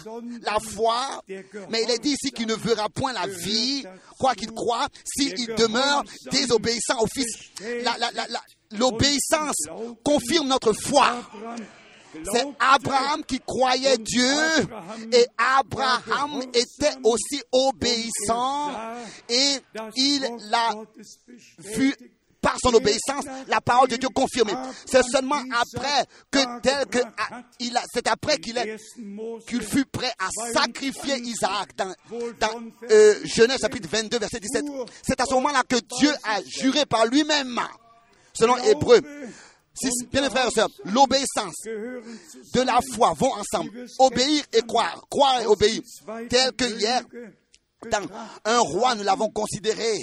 mais il est dit ici qu'il ne verra point la vie, quoi qu'il croit, s'il demeure désobéissant au Fils. L'obéissance confirme notre foi. C'est Abraham qui croyait Dieu, et Abraham était aussi obéissant, et il a vu par son obéissance la parole de Dieu confirmée. C'est seulement après c'est après qu'il fut prêt à sacrifier Isaac dans Genèse chapitre 22 verset 17. C'est à ce moment-là que Dieu a juré par lui-même. Selon Hébreux, bien les frères et sœurs, l'obéissance de la foi vont ensemble. Obéir et croire, croire et obéir. Tel que hier, dans un roi, nous l'avons considéré.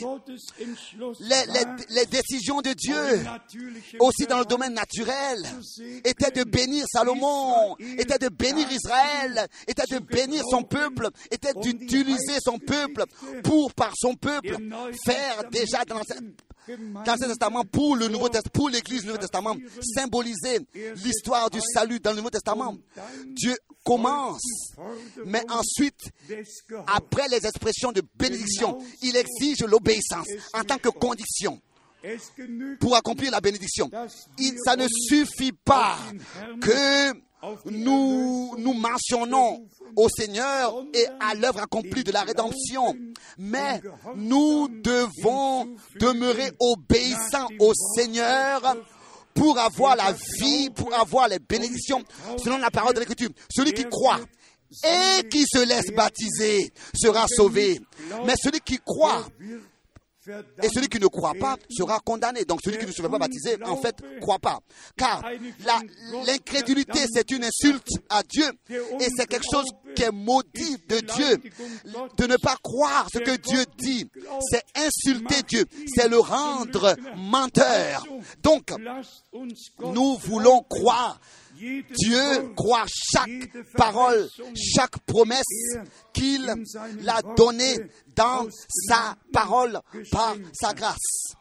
Les décisions de Dieu, aussi dans le domaine naturel, étaient de bénir Salomon, étaient de bénir Israël, étaient de bénir son peuple, étaient d'utiliser son peuple pour, par son peuple, faire déjà dans l'Ancien Testament, pour le Nouveau Testament, pour l'Église du Nouveau Testament, symboliser l'histoire du salut dans le Nouveau Testament. Dieu commence, mais ensuite, après les expressions de bénédiction, il exige l'obéissance en tant que condition pour accomplir la bénédiction. Ça ne suffit pas que nous mentionnons au Seigneur et à l'œuvre accomplie de la rédemption, mais nous devons demeurer obéissants au Seigneur pour avoir la vie, pour avoir les bénédictions, selon la parole de l'Écriture. Celui qui croit et qui se laisse baptiser sera sauvé, mais celui qui croit et celui qui ne croit pas sera condamné. Donc celui qui ne se fait pas baptiser, en fait, ne croit pas. Car l'incrédulité, c'est une insulte à Dieu. Et c'est quelque chose qui est maudit de Dieu. De ne pas croire ce que Dieu dit, c'est insulter Dieu. C'est le rendre menteur. Donc, nous voulons croire. Dieu croit chaque parole, chaque promesse qu'il a donnée dans sa parole par sa grâce.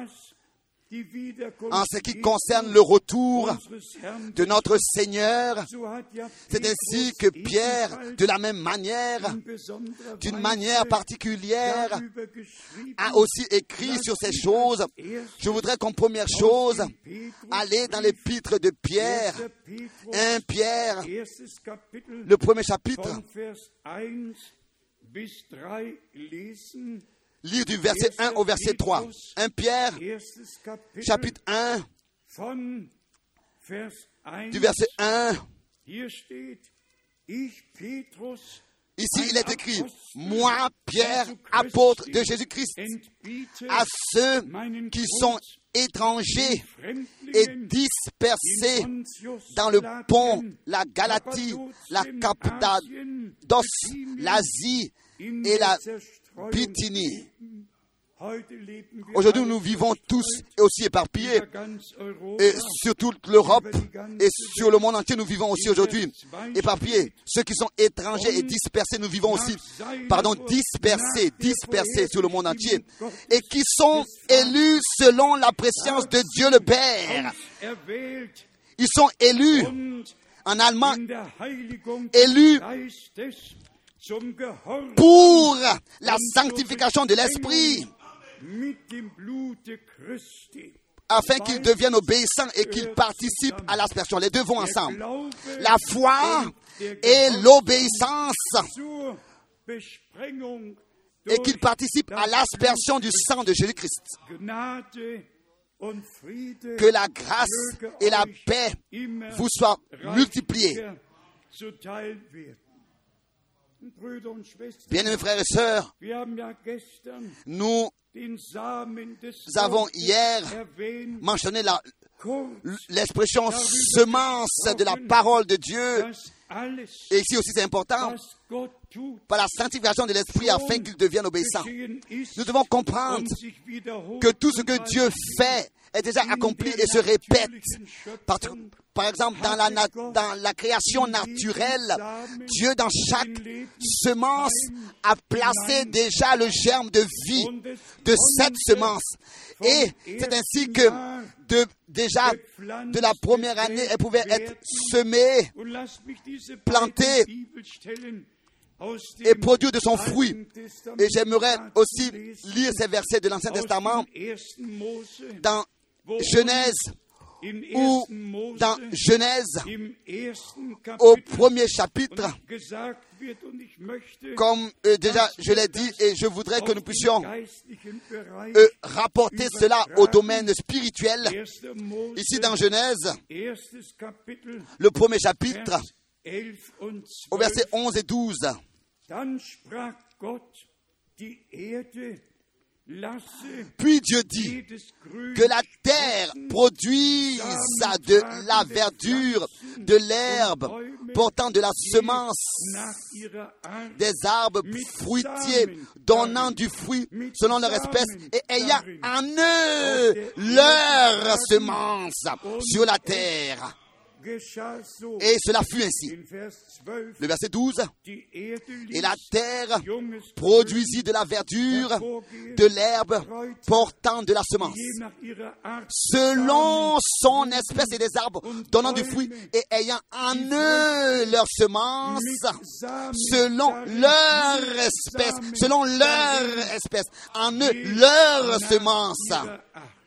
En ce qui concerne le retour de notre Seigneur, c'est ainsi que Pierre, de la même manière, d'une manière particulière, a aussi écrit sur ces choses. Je voudrais comme première chose aller dans l'épître de Pierre, 1 Pierre, le premier chapitre, lire du verset 1 au verset 3. 1 Pierre, chapitre 1, du verset 1. Ici, il est écrit, « Moi, Pierre, apôtre de Jésus-Christ, à ceux qui sont étrangers et dispersés dans le Pont, la Galatie, la Cappadoce, l'Asie et la Bithynie. » Aujourd'hui, nous vivons tous aussi éparpillés et sur toute l'Europe et sur le monde entier. Nous vivons aussi aujourd'hui éparpillés. Ceux qui sont étrangers et dispersés, nous vivons aussi, dispersés sur le monde entier et qui sont élus selon la préscience de Dieu le Père. Ils sont élus, en allemand, élus pour la sanctification de l'esprit, afin qu'ils deviennent obéissants et qu'ils participent à l'aspersion. Les deux vont ensemble. La foi et l'obéissance, et qu'ils participent à l'aspersion du sang de Jésus-Christ. Que la grâce et la paix vous soient multipliées. Bien-aimés frères et sœurs, nous avons hier mentionné l'expression semence de la parole de Dieu. Et ici aussi c'est important, par la sanctification de l'esprit afin qu'il devienne obéissant. Nous devons comprendre que tout ce que Dieu fait est déjà accompli et se répète. Par exemple, dans la création naturelle, Dieu, dans chaque semence, a placé déjà le germe de vie de cette semence. Et c'est ainsi que déjà, de la première année, elle pouvait être semée, plantée et produire de son fruit. Et j'aimerais aussi lire ces versets de l'Ancien Testament dans Genèse, ou dans Genèse, au premier chapitre, comme déjà je l'ai dit, et je voudrais que nous puissions rapporter cela au domaine spirituel. Ici dans Genèse, le premier chapitre, au verset 11 et 12. Puis Dieu dit que la terre produise de la verdure, de l'herbe, portant de la semence, des arbres fruitiers, donnant du fruit selon leur espèce, et ayant en eux leur semence sur la terre. Et cela fut ainsi. Le verset 12. Et la terre produisit de la verdure, de l'herbe, portant de la semence, selon son espèce, et des arbres donnant du fruit et ayant en eux leur semence, selon leur espèce, en eux leur semence.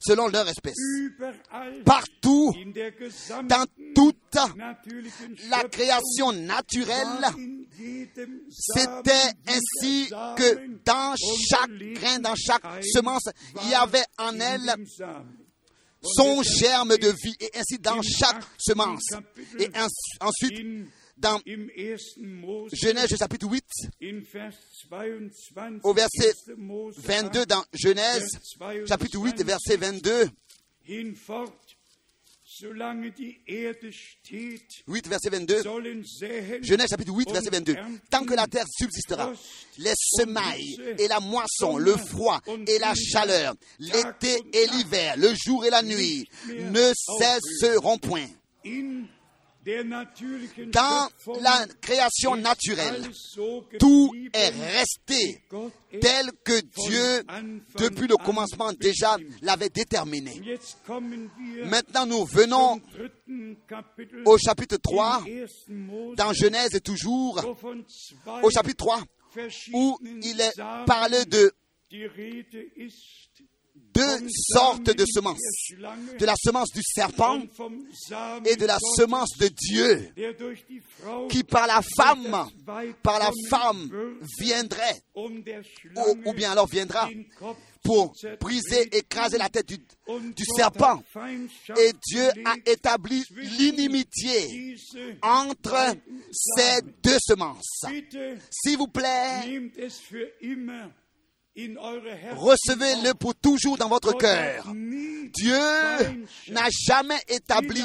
selon leur espèce. Überall Partout, in der dans gesamten toute natürlichen la Schöpfung création naturelle, war in jedem c'était Samen ainsi dieser que Samen dans und chaque der grain, dans chaque Lebensein semence, il y avait en in elle dem Samen. Und son deshalb germe de vie. Et ainsi dans im chaque 8. semence. Kapitel Et ensuite, in, dans im 1. Mose, Genèse chapitre 8, in Vers 22, au verset 1. Mose 22, dans Genèse chapitre 8, verset 22, hinfort, solange die Erde steht, 8, verset 22, sollen säen Genèse chapitre 8, verset 22. Tant que la terre subsistera, les semailles et la moisson, le froid et la chaleur, l'été et l'hiver, le jour et la nuit ne cesseront point. in der natürlichen Dans Schöpfung la création ist naturelle, alles so tout geblieben, est resté wie Gott es tel que von Dieu, Anfang depuis le an commencement, déjà bestimmt. l'avait déterminé. Jetzt kommen wir Maintenant, nous venons zum 3. Kapitel au chapitre 3, im 1. Mose, dans Genèse toujours, wo von zwei au chapitre 3, où verschiedenen il est Samen parlé de die Rede ist, deux sortes de semences. De la semence du serpent und vom Samen et de la Gottes, semence de Dieu, der durch die Frau qui par la femme kommen würde, viendrait, um der ou bien alors viendra den Kopf pour zu zertreten. briser, écraser la tête du Und Gott serpent. hat Feindschaft Et Dieu a gelegt établi zwischen l'inimitié diese entre beiden ces Samen. deux semences. Bitte S'il vous plaît, nehmt es für immer in eure Herzen recevez-le auf. pour toujours dans votre Gott cœur. hat nie Dieu Feindschaft n'a jamais établi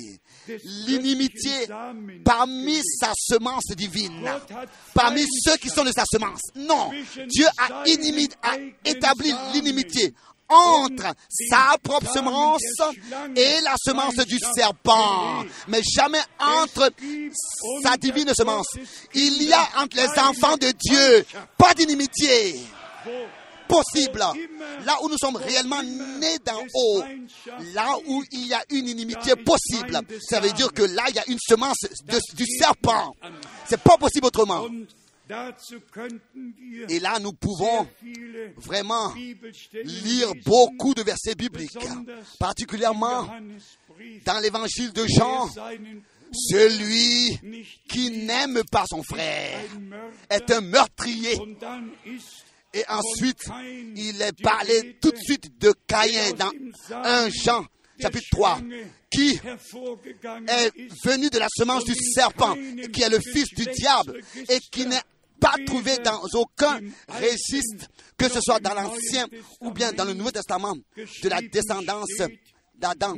l'inimitié parmi sa semence divine, parmi ceux qui sont de sa semence. Non, Dieu a établi l'inimitié entre sa propre semence et la semence du serpent, mais jamais entre sa divine semence. Il y a entre les enfants de Dieu pas d'inimitié possible. Là où nous sommes réellement nés d'en haut, là où il y a une inimitié possible, ça veut dire que là, il y a une semence du serpent. C'est pas possible autrement. Et là, nous pouvons vraiment lire beaucoup de versets bibliques, particulièrement dans l'évangile de Jean. Celui qui n'aime pas son frère est un meurtrier. Et ensuite, il est parlé tout de suite de Caïn dans 1 Jean chapitre 3, qui est venu de la semence du serpent, qui est le fils du diable et qui n'est pas trouvé dans aucun registre, que ce soit dans l'Ancien ou bien dans le Nouveau Testament, de la descendance d'Adam.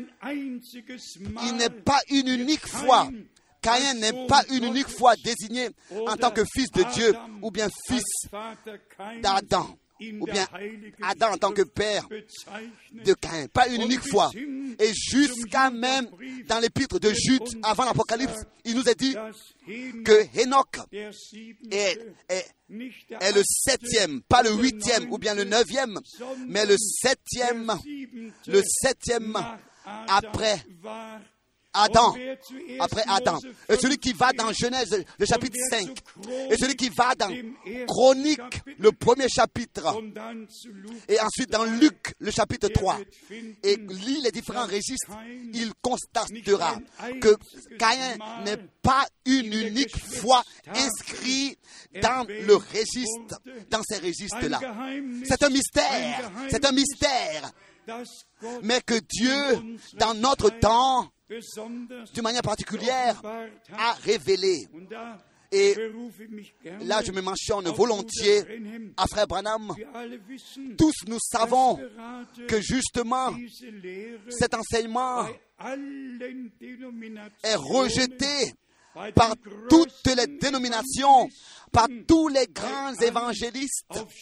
Il n'est pas une unique fois. Caïn n'est pas une unique fois désigné en tant que fils de Dieu ou bien fils d'Adam ou bien Adam en tant que père de Caïn. Pas une unique fois. Et jusqu'à même dans l'épître de Jude, avant l'Apocalypse, il nous est dit que Enoch est le septième, pas le huitième ou bien le neuvième, mais le septième après Adam, et celui qui va dans Genèse, le chapitre 5, et celui qui va dans Chronique, le premier chapitre, et ensuite dans Luc, le chapitre 3, et lit les différents registres, il constatera que Caïn n'est pas une unique fois inscrit dans le registre, dans ces registres-là. C'est un mystère, mais que Dieu, dans notre temps, d'une manière particulière, a révélé. Et là, je me mentionne volontiers à Frère Branham. Tous nous savons que justement, cet enseignement est rejeté par toutes les dénominations, par tous les grands évangélistes,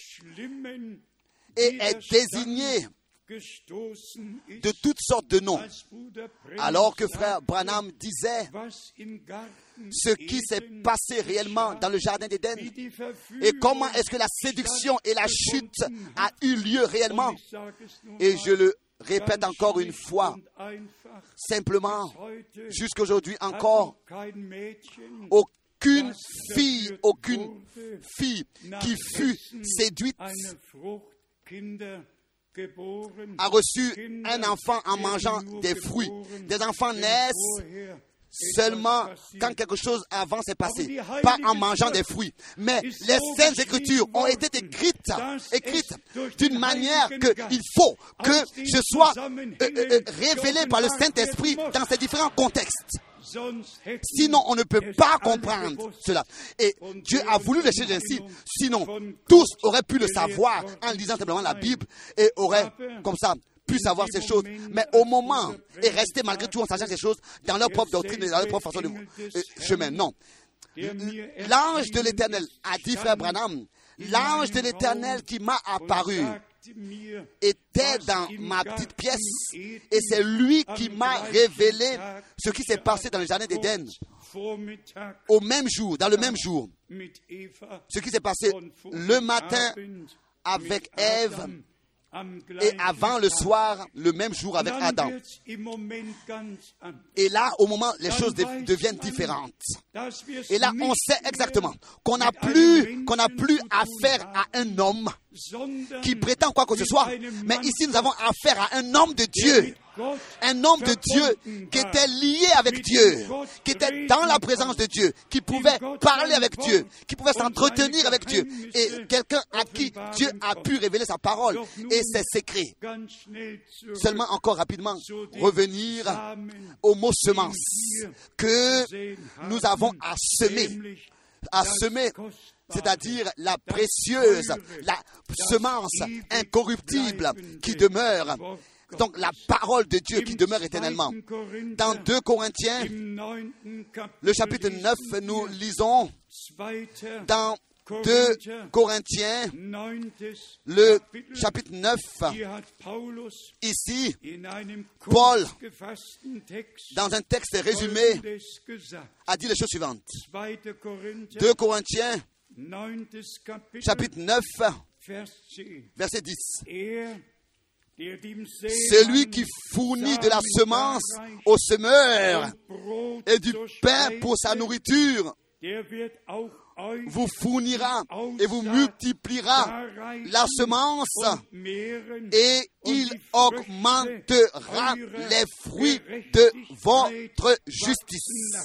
et est désigné de toutes sortes de noms. Alors que Frère Branham disait ce qui s'est passé réellement dans le jardin d'Éden et comment est-ce que la séduction et la chute a eu lieu réellement. Et je le répète encore une fois, simplement, jusqu'aujourd'hui encore, aucune fille qui fut séduite a reçu un enfant en mangeant des fruits. Des enfants naissent seulement quand quelque chose avant s'est passé, pas en mangeant des fruits. Mais les Saintes Écritures ont été écrites d'une manière qu'il faut que je sois révélé par le Saint-Esprit dans ces différents contextes. Sinon, on ne peut pas comprendre cela. Et Dieu a voulu les choses ainsi. Sinon, tous auraient pu le savoir en lisant simplement la Bible et auraient, comme ça, pu savoir ces choses. Mais au moment, et rester malgré tout en sachant ces choses dans leur propre doctrine et dans leur propre façon de chemin. Non. L'ange de l'Éternel a dit, frère Branham, l'ange de l'Éternel qui m'a apparu était dans ma petite pièce et c'est lui qui m'a révélé ce qui s'est passé dans le jardin d'Éden au même jour, dans le même jour. Ce qui s'est passé le matin avec Ève et avant le soir, le même jour avec Adam. Et là, au moment, les choses deviennent différentes. Et là, on sait exactement qu'on n'a plus affaire à un homme qui prétend quoi que ce soit. Mais ici, nous avons affaire à un homme de Dieu. Un homme de Dieu qui était lié avec Dieu, qui était dans la présence de Dieu, qui pouvait parler avec Dieu, qui pouvait s'entretenir avec Dieu, et quelqu'un à qui Dieu a pu révéler sa parole et ses secrets. Seulement encore rapidement, revenir au mot semence que nous avons à semer, c'est-à-dire la précieuse, la semence incorruptible qui demeure. Donc la parole de Dieu qui demeure éternellement. Dans 2 Corinthiens, le chapitre 9, nous lisons dans 2 Corinthiens, le chapitre 9, ici, Paul, dans un texte résumé, a dit les choses suivantes. 2 Corinthiens, chapitre 9, verset 10. Celui qui fournit de la semence au semeur et du pain pour sa nourriture vous fournira et vous multipliera la semence et il augmentera les fruits de votre justice.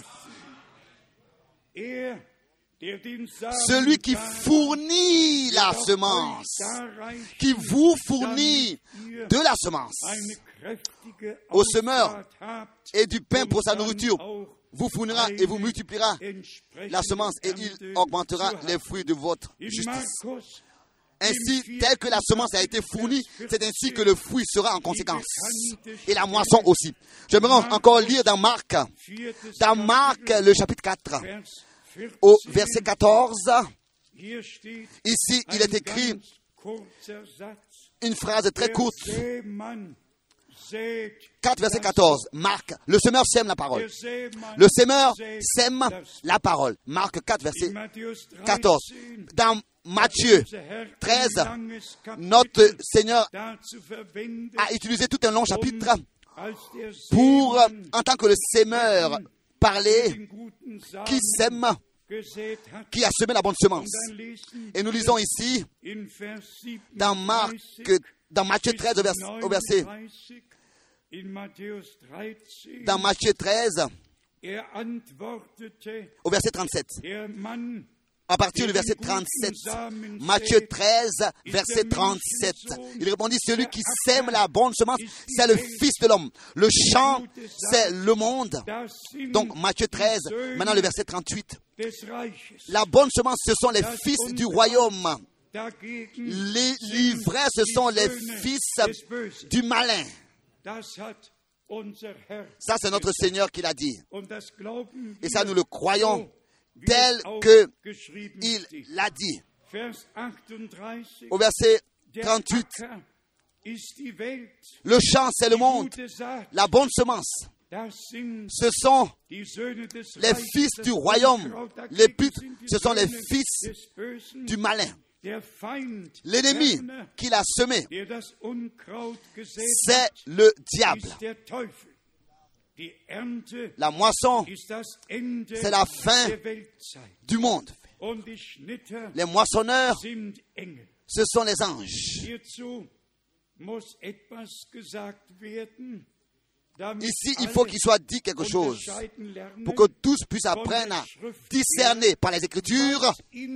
Celui qui fournit la semence, qui vous fournit de la semence au semeur et du pain pour sa nourriture, vous fournira et vous multipliera la semence et il augmentera les fruits de votre justice. Ainsi, tel que la semence a été fournie, c'est ainsi que le fruit sera en conséquence. Et la moisson aussi. J'aimerais encore lire dans Marc, le chapitre 4. Au verset 14, ici, il est écrit une phrase très courte. 4, verset 14. Marc, le semeur sème la parole. Le semeur sème la parole. Marc 4, verset 14. Dans Matthieu 13, notre Seigneur a utilisé tout un long chapitre pour, en tant que le semeur, parler qui sème, qui a semé la bonne semence. Et nous lisons ici, dans Matthieu 13, au verset, dans Matthieu 13, au verset 37. À partir du verset 37, Matthieu 13, verset 37, il répondit, celui qui sème la bonne semence, c'est le Fils de l'homme. Le champ, c'est le monde. Donc, Matthieu 13, maintenant le verset 38. La bonne semence, ce sont les fils du royaume. Les vrais, ce sont les fils du malin. Ça, c'est notre Seigneur qui l'a dit. Et ça, nous le croyons tel qu'il l'a dit. Au verset 38, le champ, c'est le monde. La bonne semence, ce sont les fils du royaume. Les putes, ce sont les fils du malin. L'ennemi qui l'a semé, c'est le diable. La moisson, c'est la fin du monde. Les moissonneurs, ce sont les anges. Ici, il faut qu'il soit dit quelque chose pour que tous puissent apprendre à discerner par les Écritures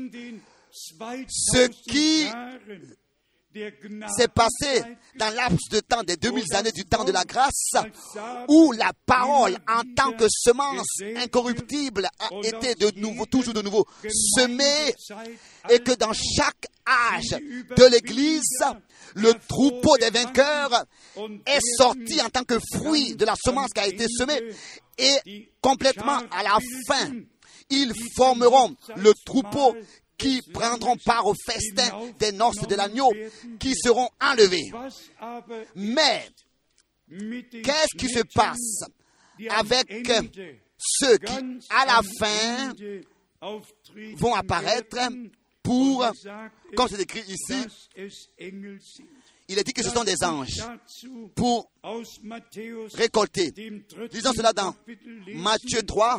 ce qui s'est passé dans le laps de temps des 2000 années du temps de la grâce, où la parole en tant que semence incorruptible a été de nouveau, toujours de nouveau semée, et que dans chaque âge de l'Église, le troupeau des vainqueurs est sorti en tant que fruit de la semence qui a été semée, et complètement à la fin, ils formeront le troupeau qui prendront part au festin des noces de l'agneau, qui seront enlevés. Mais, qu'est-ce qui se passe avec ceux qui, à la fin, vont apparaître pour, comme c'est écrit ici, il est dit que ce sont des anges pour récolter. Lisons cela dans Matthieu 3.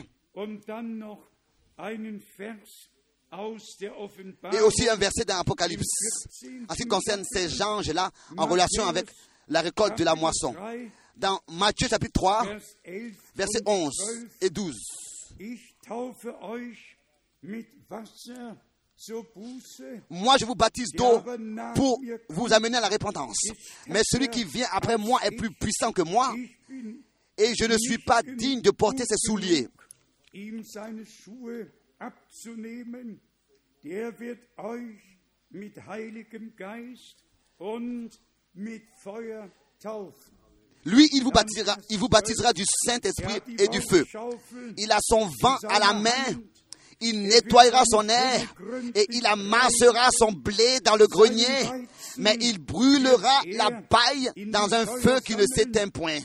Et aussi un verset dans Apocalypse, en ce qui concerne ces anges-là, en relation avec la récolte de la moisson. Dans Matthieu chapitre 3, versets 11 et 12. Moi, je vous baptise d'eau pour vous amener à la repentance. Mais celui qui vient après moi est plus puissant que moi, et je ne suis pas digne de porter ses souliers. Abzunehmen, der wird euch mit heiligem Geist und mit Feuer taufen. Lui, il vous baptisera du Saint-Esprit et du feu. Il a son vent à la main, il nettoyera son air et il amassera son blé dans le grenier, mais il brûlera la paille dans un feu qui ne s'éteint point.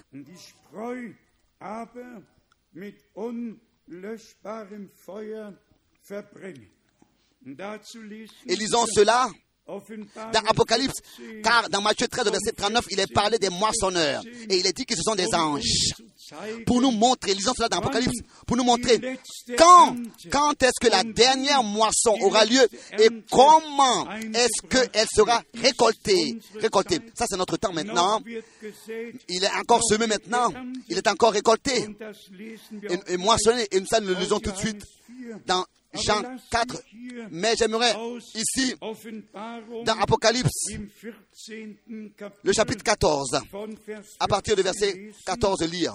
Et lisons cela dans Apocalypse, car dans Matthieu 13, verset 39, il est parlé des moissonneurs. Et il est dit que ce sont des anges. Pour nous montrer, lisons cela dans Apocalypse, pour nous montrer quand est-ce que la dernière moisson aura lieu et comment est-ce qu'elle sera récoltée. Ça, c'est notre temps maintenant. Il est encore semé maintenant. Il est encore récolté et moissonné. Et nous, ça, nous le lisons tout de suite dans Jean 4, mais j'aimerais ici, dans Apocalypse, le chapitre 14, à partir du verset 14, lire.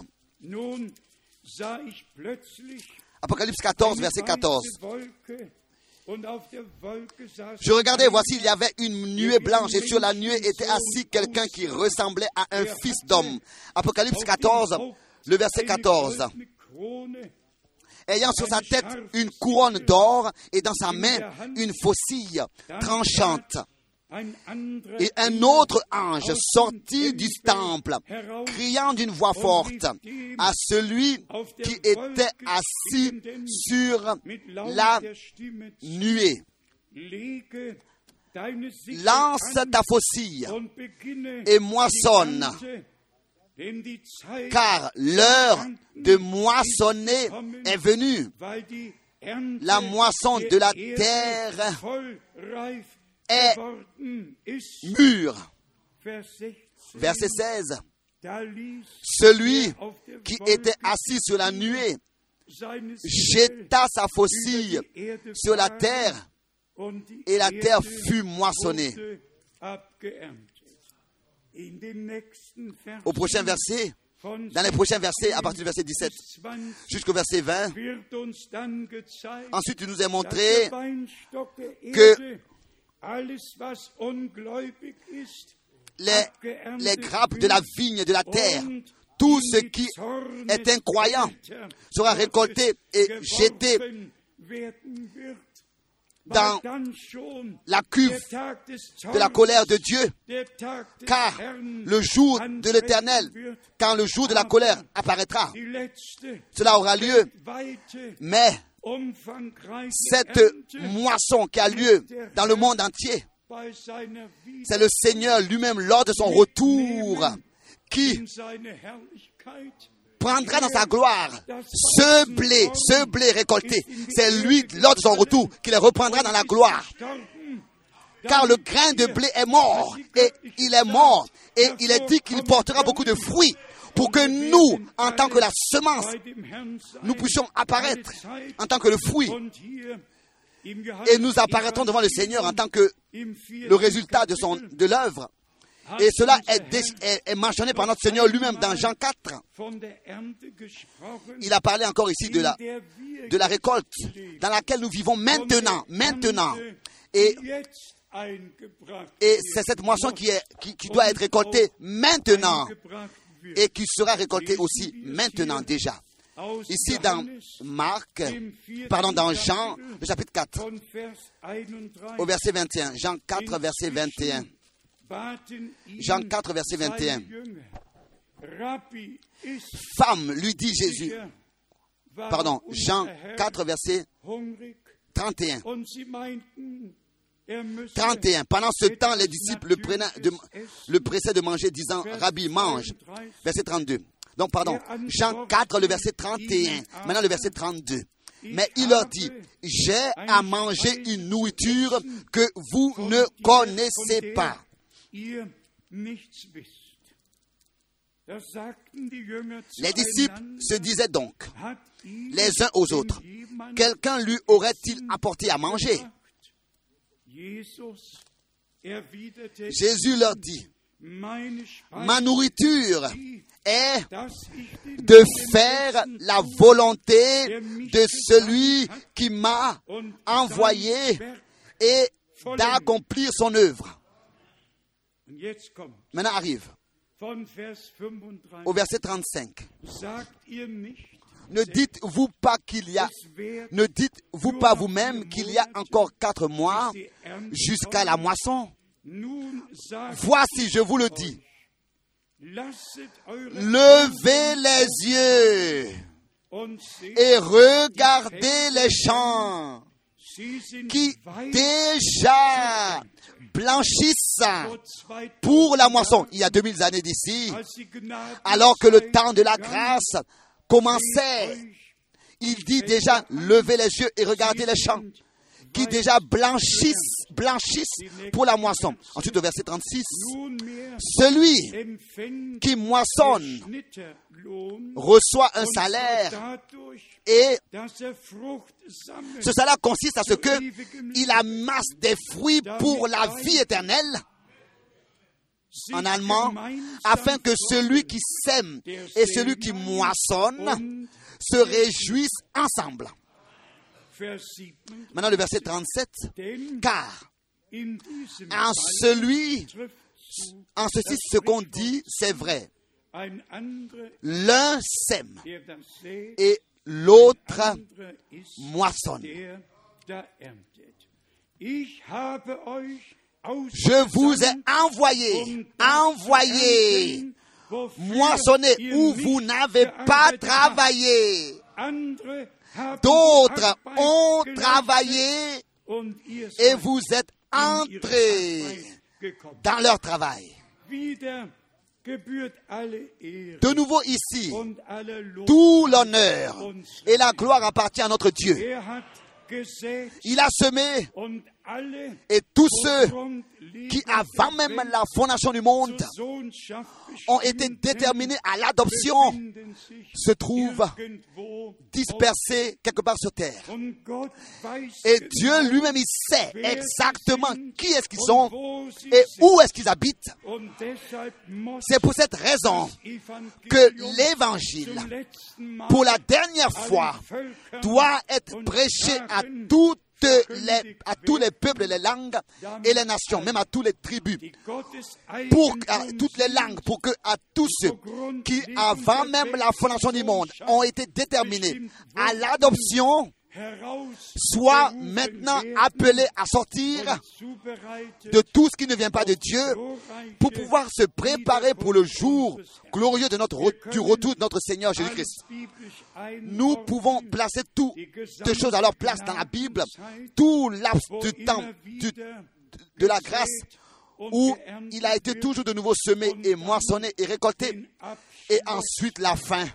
Apocalypse 14, verset 14. Je regardais, voici, il y avait une nuée blanche, et sur la nuée était assis quelqu'un qui ressemblait à un fils d'homme. Apocalypse 14, le verset 14. Ayant sur sa tête une couronne d'or et dans sa main une faucille tranchante. Et un autre ange sortit du temple, criant d'une voix forte à celui qui était assis sur la nuée. Lance ta faucille et moissonne, car l'heure de moissonner est venue. La moisson de la terre est mûre. Verset 16. Celui qui était assis sur la nuée jeta sa faucille sur la terre et la terre fut moissonnée. Au prochain verset, dans les prochains versets, à partir du verset 17 jusqu'au verset 20, ensuite il nous est montré que les grappes de la vigne de la terre, tout ce qui est incroyant sera récolté et jeté dans la cuve de la colère de Dieu, car le jour de l'Éternel, quand le jour de la colère apparaîtra, cela aura lieu. Mais cette moisson qui a lieu dans le monde entier, c'est le Seigneur lui-même lors de son retour qui prendra dans sa gloire ce blé récolté. C'est lui, lors de son retour, qui les reprendra dans la gloire. car le grain de blé est mort, et il est mort, et il est dit qu'il portera beaucoup de fruits, pour que nous, en tant que la semence, nous puissions apparaître en tant que le fruit, et nous apparaîtrons devant le Seigneur en tant que le résultat de l'œuvre. Et cela est mentionné par notre Seigneur lui-même dans Jean 4. Il a parlé encore ici de la récolte dans laquelle nous vivons maintenant. Et c'est cette moisson qui doit être récoltée maintenant et qui sera récoltée aussi maintenant déjà. Ici dans dans Jean, le chapitre 4, au verset 21. Jean 4, verset 21. Jean 4, verset 21. Femme, lui dit Jésus. Jean 4, verset 31. 31. Pendant ce temps, les disciples le pressaient de manger, disant, Rabbi, mange. Verset 32. Jean 4, le verset 31. Maintenant, le verset 32. Mais il leur dit, j'ai à manger une nourriture que vous ne connaissez pas. Les disciples se disaient donc, les uns aux autres, quelqu'un lui aurait-il apporté à manger? Jésus leur dit, ma nourriture est de faire la volonté de celui qui m'a envoyé et d'accomplir son œuvre. Maintenant arrive au verset 35. Ne dites-vous pas vous-même qu'il y a encore 4 mois jusqu'à la moisson? Voici, je vous le dis, levez les yeux et regardez les champs qui déjà blanchissent pour la moisson. Il y a 2000 années d'ici, alors que le temps de la grâce commençait, il dit déjà, levez les yeux et regardez les champs qui déjà blanchissent pour la moisson. Ensuite, au verset 36, celui qui moissonne reçoit un salaire, et ce salaire consiste à ce qu'il amasse des fruits pour la vie éternelle, en allemand, afin que celui qui sème et celui qui moissonne se réjouissent ensemble. Maintenant le verset 37, car en ceci ce qu'on dit c'est vrai. L'un sème et l'autre moissonne. Je vous ai envoyé moissonner où vous n'avez pas travaillé. D'autres ont travaillé et vous êtes entrés dans leur travail. De nouveau ici, tout l'honneur et la gloire appartient à notre Dieu. Il a semé, et tous ceux qui, avant même la fondation du monde, ont été déterminés à l'adoption, se trouvent dispersés quelque part sur terre. Et Dieu lui-même, il sait exactement qui est-ce qu'ils sont et où est-ce qu'ils habitent. C'est pour cette raison que l'évangile, pour la dernière fois, doit être prêché à tous les peuples, les langues et les nations, même à toutes les tribus, à toutes les langues, pour que à tous ceux qui, avant même la fondation du monde, ont été déterminés à l'adoption, soient maintenant appelés à sortir de tout ce qui ne vient pas de Dieu pour pouvoir se préparer pour le jour glorieux du retour de notre Seigneur Jésus-Christ. Nous pouvons placer toutes choses à leur place dans la Bible, tout laps du temps de la grâce où il a été toujours de nouveau semé et moissonné et récolté, et ensuite la fin.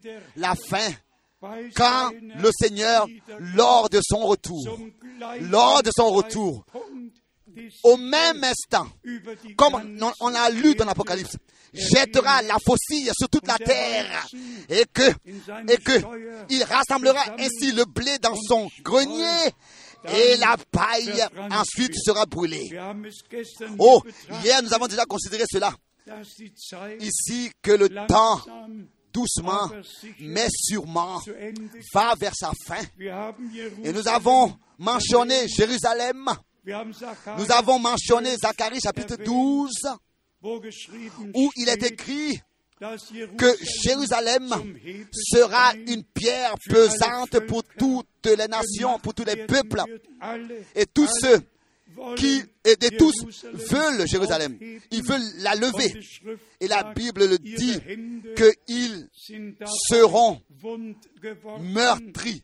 Quand le Seigneur, lors de son retour, au même instant, comme on l'a lu dans l'Apocalypse, jettera la faucille sur toute la terre et que il rassemblera ainsi le blé dans son grenier et la paille ensuite sera brûlée. Oh, hier nous avons déjà considéré cela. Ici que le temps, doucement, mais sûrement, va vers sa fin. Et nous avons mentionné Jérusalem. Nous avons mentionné Zacharie chapitre 12, où il est écrit que Jérusalem sera une pierre pesante pour toutes les nations, pour tous les peuples. Et tous ceux et tous veulent Jérusalem. Ils veulent la lever. Et la Bible le dit qu'ils seront meurtris.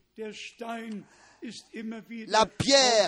La pierre,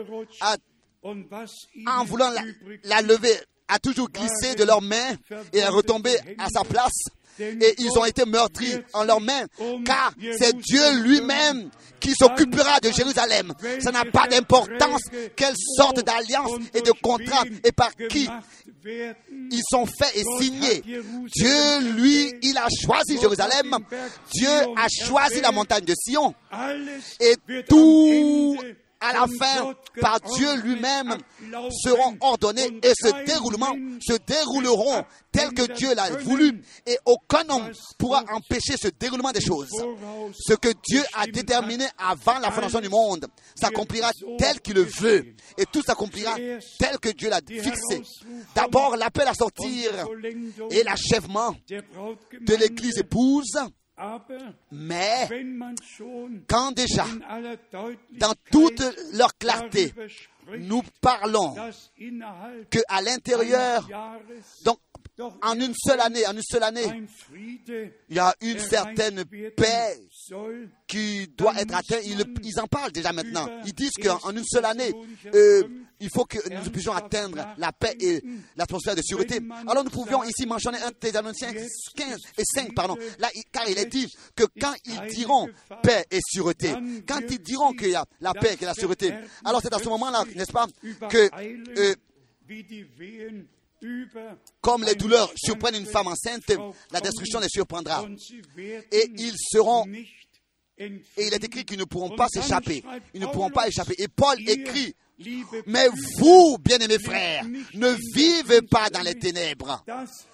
en voulant la lever, a toujours glissé de leurs mains et est retombée à sa place. Et ils ont été meurtris en leurs mains, car c'est Dieu lui-même qui s'occupera de Jérusalem. Ça n'a pas d'importance quelle sorte d'alliance et de contrat et par qui ils sont faits et signés. Dieu, lui, il a choisi Jérusalem. Dieu a choisi la montagne de Sion. Et tout, à la fin, par Dieu lui-même, seront ordonnés et se dérouleront tel que Dieu l'a voulu. Et aucun homme pourra empêcher ce déroulement des choses. Ce que Dieu a déterminé avant la fondation du monde s'accomplira tel qu'il le veut. Et tout s'accomplira tel que Dieu l'a fixé. D'abord, l'appel à sortir et l'achèvement de l'Église épouse. Mais quand déjà, dans toute leur clarté, nous parlons qu'à l'intérieur, donc en une seule année, il y a une certaine paix qui doit être atteinte. Ils en parlent déjà maintenant. Ils disent qu'en une seule année, il faut que nous puissions atteindre la paix et l'atmosphère de sûreté. Alors nous pouvions ici mentionner 1 Thessaloniciens 15 et 5, là, car il est dit que quand ils diront paix et sûreté, quand ils diront qu'il y a la paix et la sûreté, alors c'est à ce moment-là, n'est-ce pas, que comme les douleurs surprennent une femme enceinte, la destruction les surprendra. Et ils seront... Et il est écrit qu'ils ne pourront pas s'échapper. Ils ne pourront pas échapper. Et Paul écrit, mais vous, bien-aimés frères, ne vivez pas dans les ténèbres,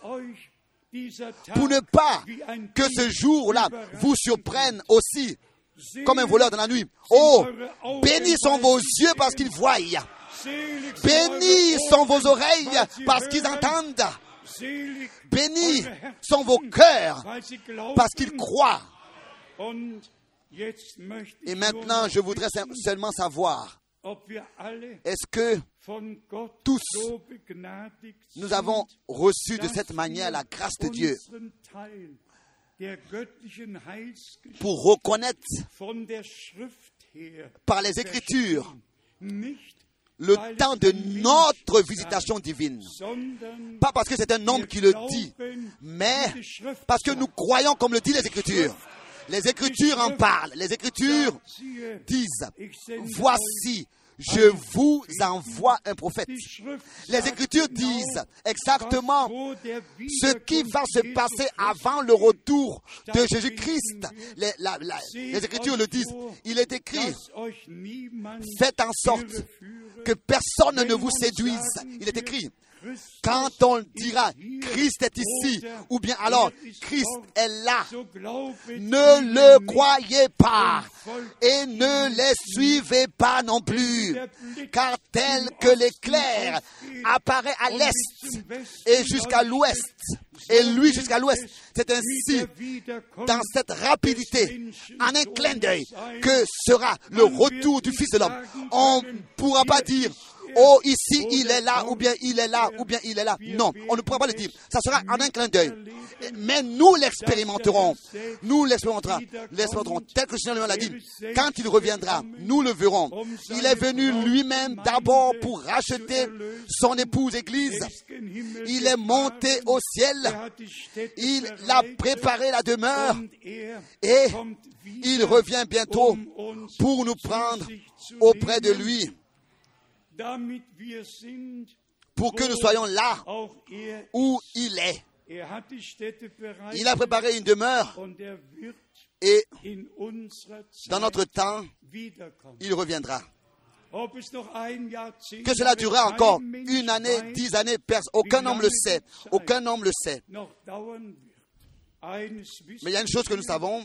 pour ne pas que ce jour-là vous surprenne aussi comme un voleur dans la nuit. Oh, bénis sont vos yeux parce qu'ils voient. Bénis sont vos oreilles parce qu'ils entendent. Bénis sont vos cœurs parce qu'ils croient. Et maintenant, je voudrais seulement savoir, est-ce que tous nous avons reçu de cette manière la grâce de Dieu pour reconnaître par les Écritures le temps de notre visitation divine. Pas parce que c'est un homme qui le dit, mais parce que nous croyons comme le dit les Écritures. Les Écritures en parlent. Les Écritures disent, voici, je vous envoie un prophète. Les Écritures disent exactement ce qui va se passer avant le retour de Jésus-Christ. Les Écritures le disent. Il est écrit, faites en sorte que personne ne vous séduise. Il est écrit, quand on dira Christ est ici, ou bien alors Christ est là, ne le croyez pas et ne les suivez pas non plus, car tel que l'éclair apparaît à l'est et jusqu'à l'ouest, et lui jusqu'à l'ouest, c'est ainsi, dans cette rapidité, en un clin d'œil, que sera le retour du Fils de l'homme. On ne pourra pas dire, oh, ici, il est là, ou bien il est là, ou bien il est là. Non, on ne pourra pas le dire. Ça sera en un clin d'œil. Mais nous l'expérimenterons. Nous l'expérimenterons. Tel que le Seigneur l'a dit. Quand il reviendra, nous le verrons. Il est venu lui-même d'abord pour racheter son épouse Église. Il est monté au ciel. Il a préparé la demeure. Et il revient bientôt pour nous prendre auprès de lui. pour que nous soyons là où il est. Il a préparé une demeure et dans notre temps, il reviendra. Que cela durera encore 1 année, 10 années, aucun homme le sait. Aucun homme le sait. Mais il y a une chose que nous savons,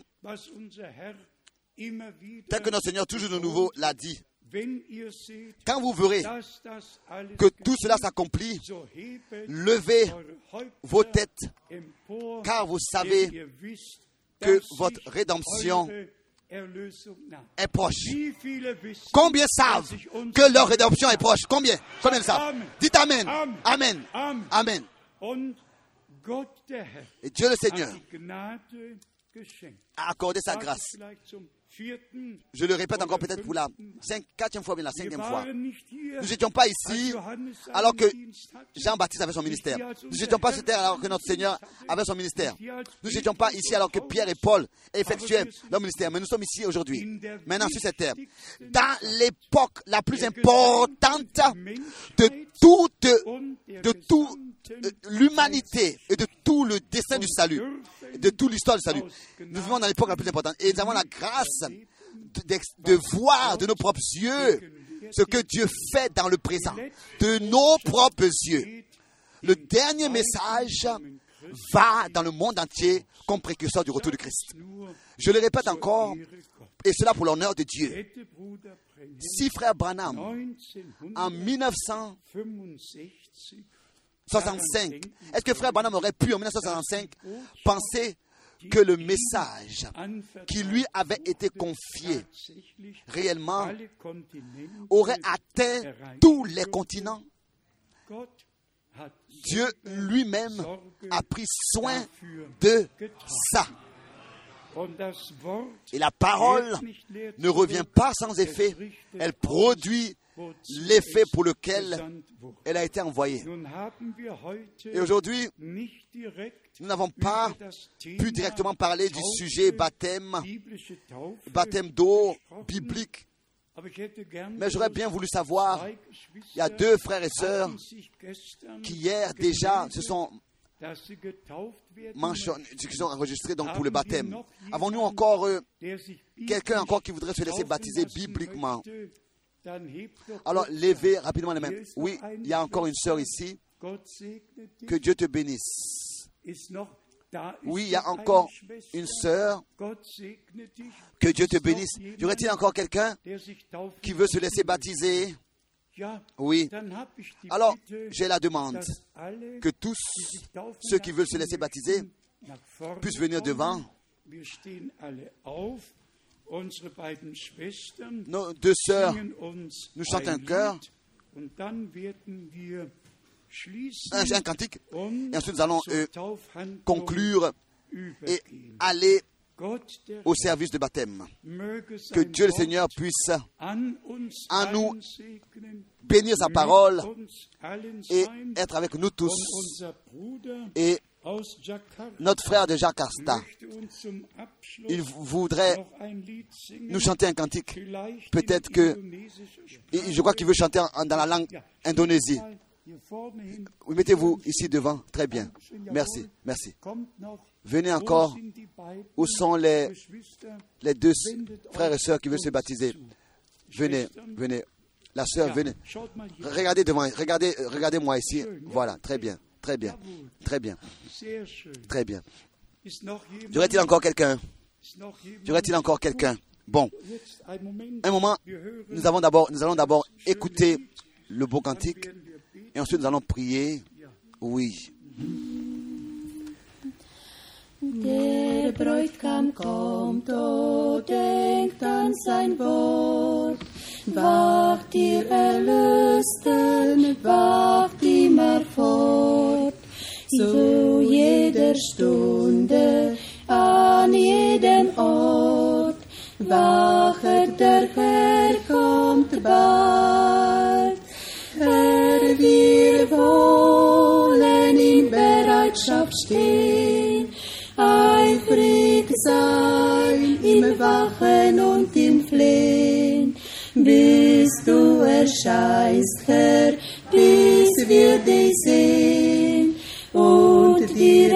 tel que notre Seigneur toujours de nouveau l'a dit. Quand vous verrez que tout cela s'accomplit, levez vos têtes, car vous savez que votre rédemption est proche. Combien savent que leur rédemption est proche? Combien le savent? Dites Amen. Amen. Amen. Et Dieu le Seigneur a accordé sa grâce. Je le répète encore peut-être pour la 4e fois, bien la 5e fois. Nous n'étions pas ici alors que Jean-Baptiste avait son ministère. Nous n'étions pas sur terre alors que notre Seigneur avait son ministère. Nous n'étions pas ici alors que Pierre et Paul effectuaient leur ministère. Mais nous sommes ici aujourd'hui, maintenant sur cette terre. Dans l'époque la plus importante de toute l'humanité et de tout le dessein du salut, de toute l'histoire du salut. Nous vivons dans l'époque la plus importante et nous avons la grâce de voir de nos propres yeux ce que Dieu fait dans le présent, de nos propres yeux. Le dernier message va dans le monde entier comme précurseur du retour de Christ. Je le répète encore, et cela pour l'honneur de Dieu. Si frère Branham, en 1965, est-ce que frère Branham aurait pu en 1965 penser que le message qui lui avait été confié réellement aurait atteint tous les continents? Dieu lui-même a pris soin de ça. Et la parole ne revient pas sans effet. Elle produit l'effet pour lequel elle a été envoyée. Et aujourd'hui, nous n'avons pas pu directement parler du sujet baptême d'eau biblique. Mais j'aurais bien voulu savoir, il y a 2 frères et sœurs qui hier déjà se sont qui sont enregistrés donc pour le baptême. Avons-nous encore quelqu'un encore qui voudrait se laisser baptiser bibliquement? Alors, levez rapidement les mains. Oui, il y a encore une sœur ici. Que Dieu te bénisse. Oui, il y a encore une sœur. Que Dieu te bénisse. Y aurait-il encore quelqu'un qui veut se laisser baptiser? Oui. Alors, j'ai la demande que tous ceux qui veulent se laisser baptiser puissent venir devant. Nos 2 sœurs nous chantent un chœur, un cantique, et ensuite nous allons conclure et aller au service de baptême. Que Dieu le Seigneur puisse en nous bénir sa parole et être avec nous tous. Et notre frère de Jakarta, il voudrait nous chanter un cantique. Peut-être que, je crois qu'il veut chanter dans la langue indonésie. Oui, mettez-vous ici devant. Très bien. Merci, merci. Venez encore. Où sont les 2 frères et sœurs qui veulent se baptiser? Venez, venez. La sœur, venez. Regardez devant, regardez-moi ici. Voilà, très bien, très bien, très bien, très bien. Y aurait-il encore quelqu'un? Y aurait-il encore quelqu'un? Bon, un moment, nous allons d'abord écouter le beau cantique et ensuite nous allons prier. Oui. Der Bräutigam kommt, o denkt an sein Wort. Wacht ihr Erlösten, wacht immer fort. Zu jeder Stunde, an jedem Ort. Wachet, der Herr kommt bald. Herr, wir wollen in Bereitschaft stehen. Eifrig sein im Wachen und im Flehen, bis du erscheinst, Herr, bis wir dich sehen und dir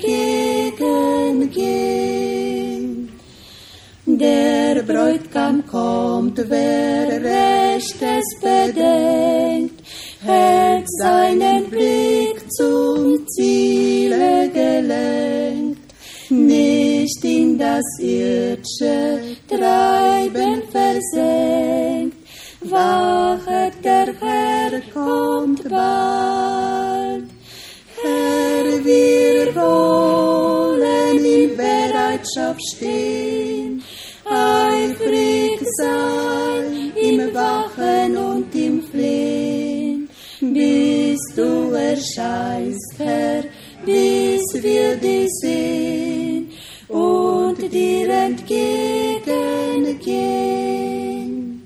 entgegengehen. Der Bräutigam kommt, wer Rechtes bedenkt, hält seinen Blick zum Ziele gelenkt, nicht in das irdische Treiben versenkt. Wachet, der Herr kommt bald. Herr, wir wollen in Bereitschaft stehen, eifrig sein im Wachen und im Flehen, bis du erscheinst, Herr, bis wir dich sehen und dir entgegengehen.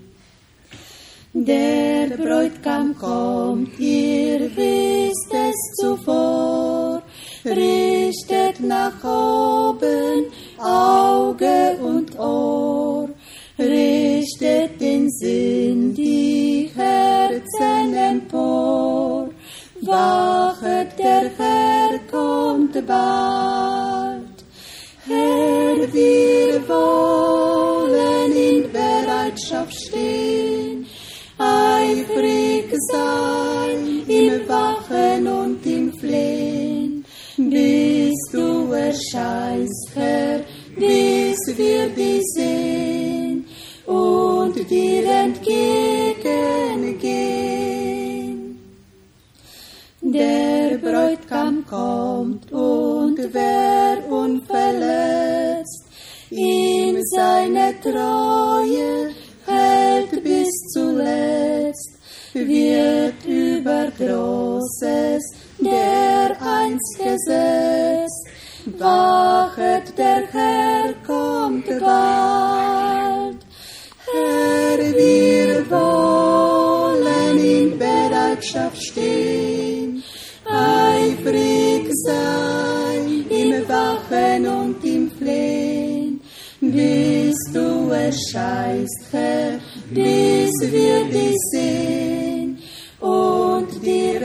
Der Bräutigam kommt, ihr wisst es zuvor, richtet nach oben Auge und Ohr, richtet den Sinn, die Herzen empor. Wachet, der Herr kommt bald. Herr, wir wollen in Bereitschaft stehen, eifrig sein im Wachen und im Flehen, bis du erscheinst, Herr, bis wir dich sehen und dir entgegengehen. Der Bräutigam kommt und wer unverletzt ihm seine Treue hält bis zuletzt, wird über Großes dereinst gesetzt. Wachet, der Herr kommt bald. Herr, wir wollen in Bereitschaft stehen, eifrig sein im Wachen und im Flehen, bis du erscheinst, Herr, bis wir dich sehen und dir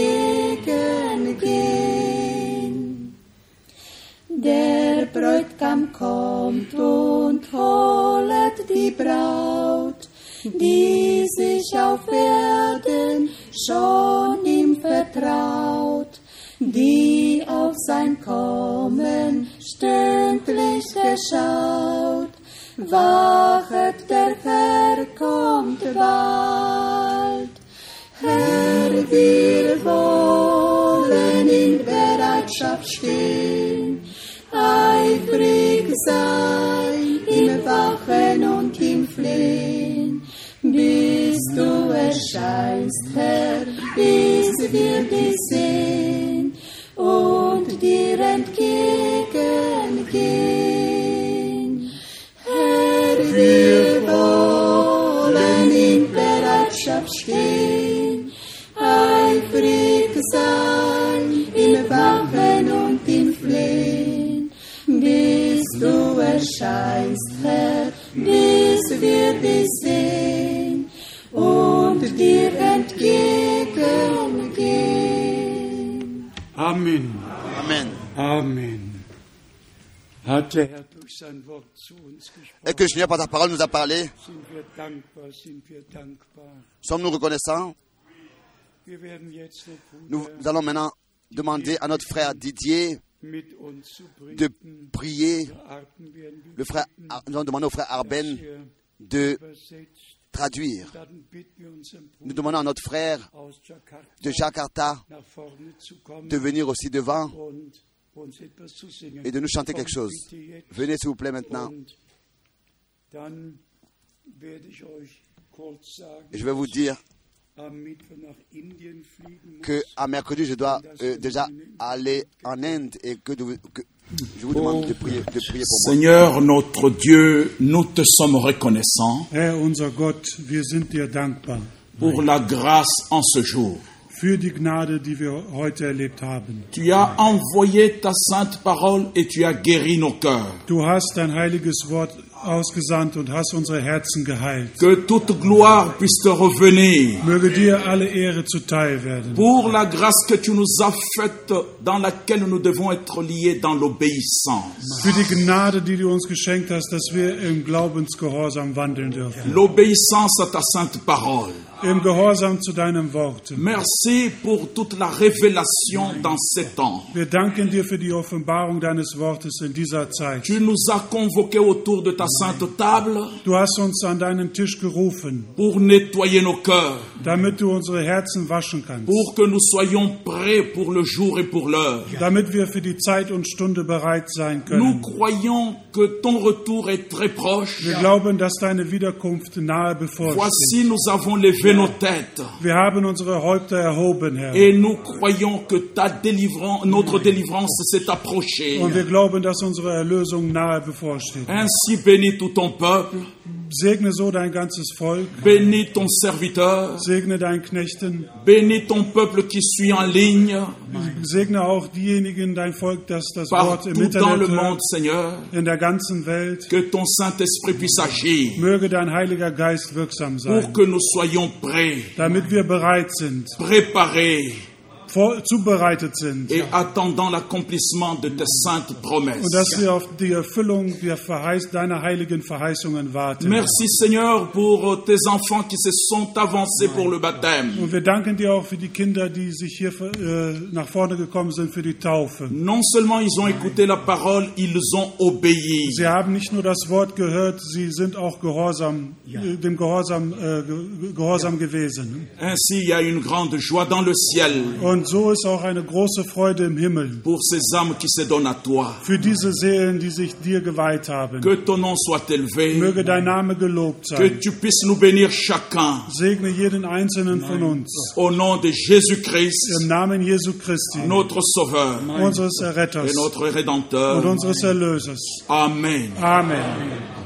entgegengehen. Der Bräutigam kommt und holet die Braut, die sich auf Erden schon ihm vertraut, die auf sein Kommen stündlich geschaut. Wachet, der Herr kommt bald. Herr, wir wollen in Bereitschaft stehen, eifrig sein im Wachen und im Flehen, bis du erscheinst, Herr, bis wir dich sehen und dir entgegengehen. Herr, wir wollen in Bereitschaft stehen, eifrig sein im Wachen und im Flehen, bis du erscheinst, Herr, bis wir dich sehen und dir entgegengehen. Amen. Amen. Amen. Hat der Herr durch sein Wort zu uns Et que le gesprochen? Seigneur, par sa parole, nous a parlé. Sind wir dankbar, sind wir dankbar. Sommes-nous reconnaissants? Wir werden jetzt den Nous Bruder allons maintenant demander à notre frère Didier mit uns zu de bringen. prier. Arten werden wir Le frère, nous allons demander au frère Arben dass er de übersetzt. traduire. Dann bitten wir unseren Nous Bruder demandons à notre frère aus Jakarta de Jakarta nach vorne zu kommen de venir aussi devant und uns etwas zu singen. et de nous chanter quelque Kommt chose. bitte jetzt. Venez s'il vous plaît maintenant. Und dann werde ich euch kurz sagen, Et je vais vous dire am Mittwoch nach Indien fliegen muss. qu'à mercredi, je dois déjà aller en Inde et que je vous demande de prier pour moi. Seigneur notre Dieu, nous te sommes reconnaissants Herr, unser Gott, wir sind dir dankbar pour la grâce en ce jour. für die Gnade, die wir heute erlebt haben. Tu as envoyé ta sainte parole et tu as guéri nos cœurs. Du hast dein heiliges Wort ausgesandt und hast unsere Herzen geheilt. Que toute gloire puisse te revenir Möge dir alle Ehre zuteil werden. pour la grâce que tu nous as faite, dans laquelle nous devons être liés dans l'obéissance. Für die Gnade, die du uns geschenkt hast, dass wir im Glaubensgehorsam wandeln dürfen. L'obéissance à ta sainte parole. Im Gehorsam zu deinem Wort. Merci pour toute la révélation dans ces temps. Wir danken dir für die Offenbarung deines Wortes in dieser Zeit. Tu nous as convoqués autour de ta sainte table Du hast uns an deinen Tisch gerufen, pour nettoyer nos cœurs, damit du unsere Herzen waschen kannst. pour que nous soyons prêts pour le jour et pour l'heure. Damit wir für die Zeit und Stunde bereit sein Nous können. croyons que ton retour est très proche. Wir glauben, dass deine Wiederkunft nahe bevorsteht. Voici, nous avons levé nos têtes Wir haben unsere Häupter erhoben, Herr. et nous croyons que notre délivrance s'est approchée. Und wir glauben, dass unsere Erlösung nahe bevorsteht. Ainsi bénis tout ton peuple, Segne so dein ganzes Volk. bénis ton serviteur, Segne deinen Knechten. bénis ton peuple qui suit en ligne Segne auch diejenigen, dein Volk, das das Wort im partout dans le Internet monde, hört, Seigneur. in der ganzen Welt. Que ton Saint-Esprit puisse agir Möge dein Heiliger Geist wirksam pour sein, que nous soyons prêts, damit wir bereit sind, préparés zubereitet sind. et attendant l'accomplissement de tes saintes promesses. Und dass wir auf die Erfüllung deiner heiligen Verheißungen warten. Merci Seigneur pour tes enfants qui se sont avancés pour le baptême. Und wir danken dir auch für die Kinder, die sich hier nach vorne gekommen sind für die Taufe. Non seulement ils ont écouté la parole, ils ont obéi. Sie haben nicht nur das Wort gehört, sie sind auch Gehorsam gewesen. Ainsi, il y a une grande joie dans le ciel Und so ist auch eine große Freude im Himmel pour ces âmes qui se donnent à toi. für diese Seelen, die sich dir geweiht haben. Que ton nom soit élevé, Möge dein Name gelobt que sein. tu puisses nous bénir chacun. Segne jeden einzelnen von uns. Au nom de Jésus-Christ, Im Namen Jesu Christi, notre Sauveur unseres Erretters et notre und Rédempteur. unseres Erlösers. Amen. Amen.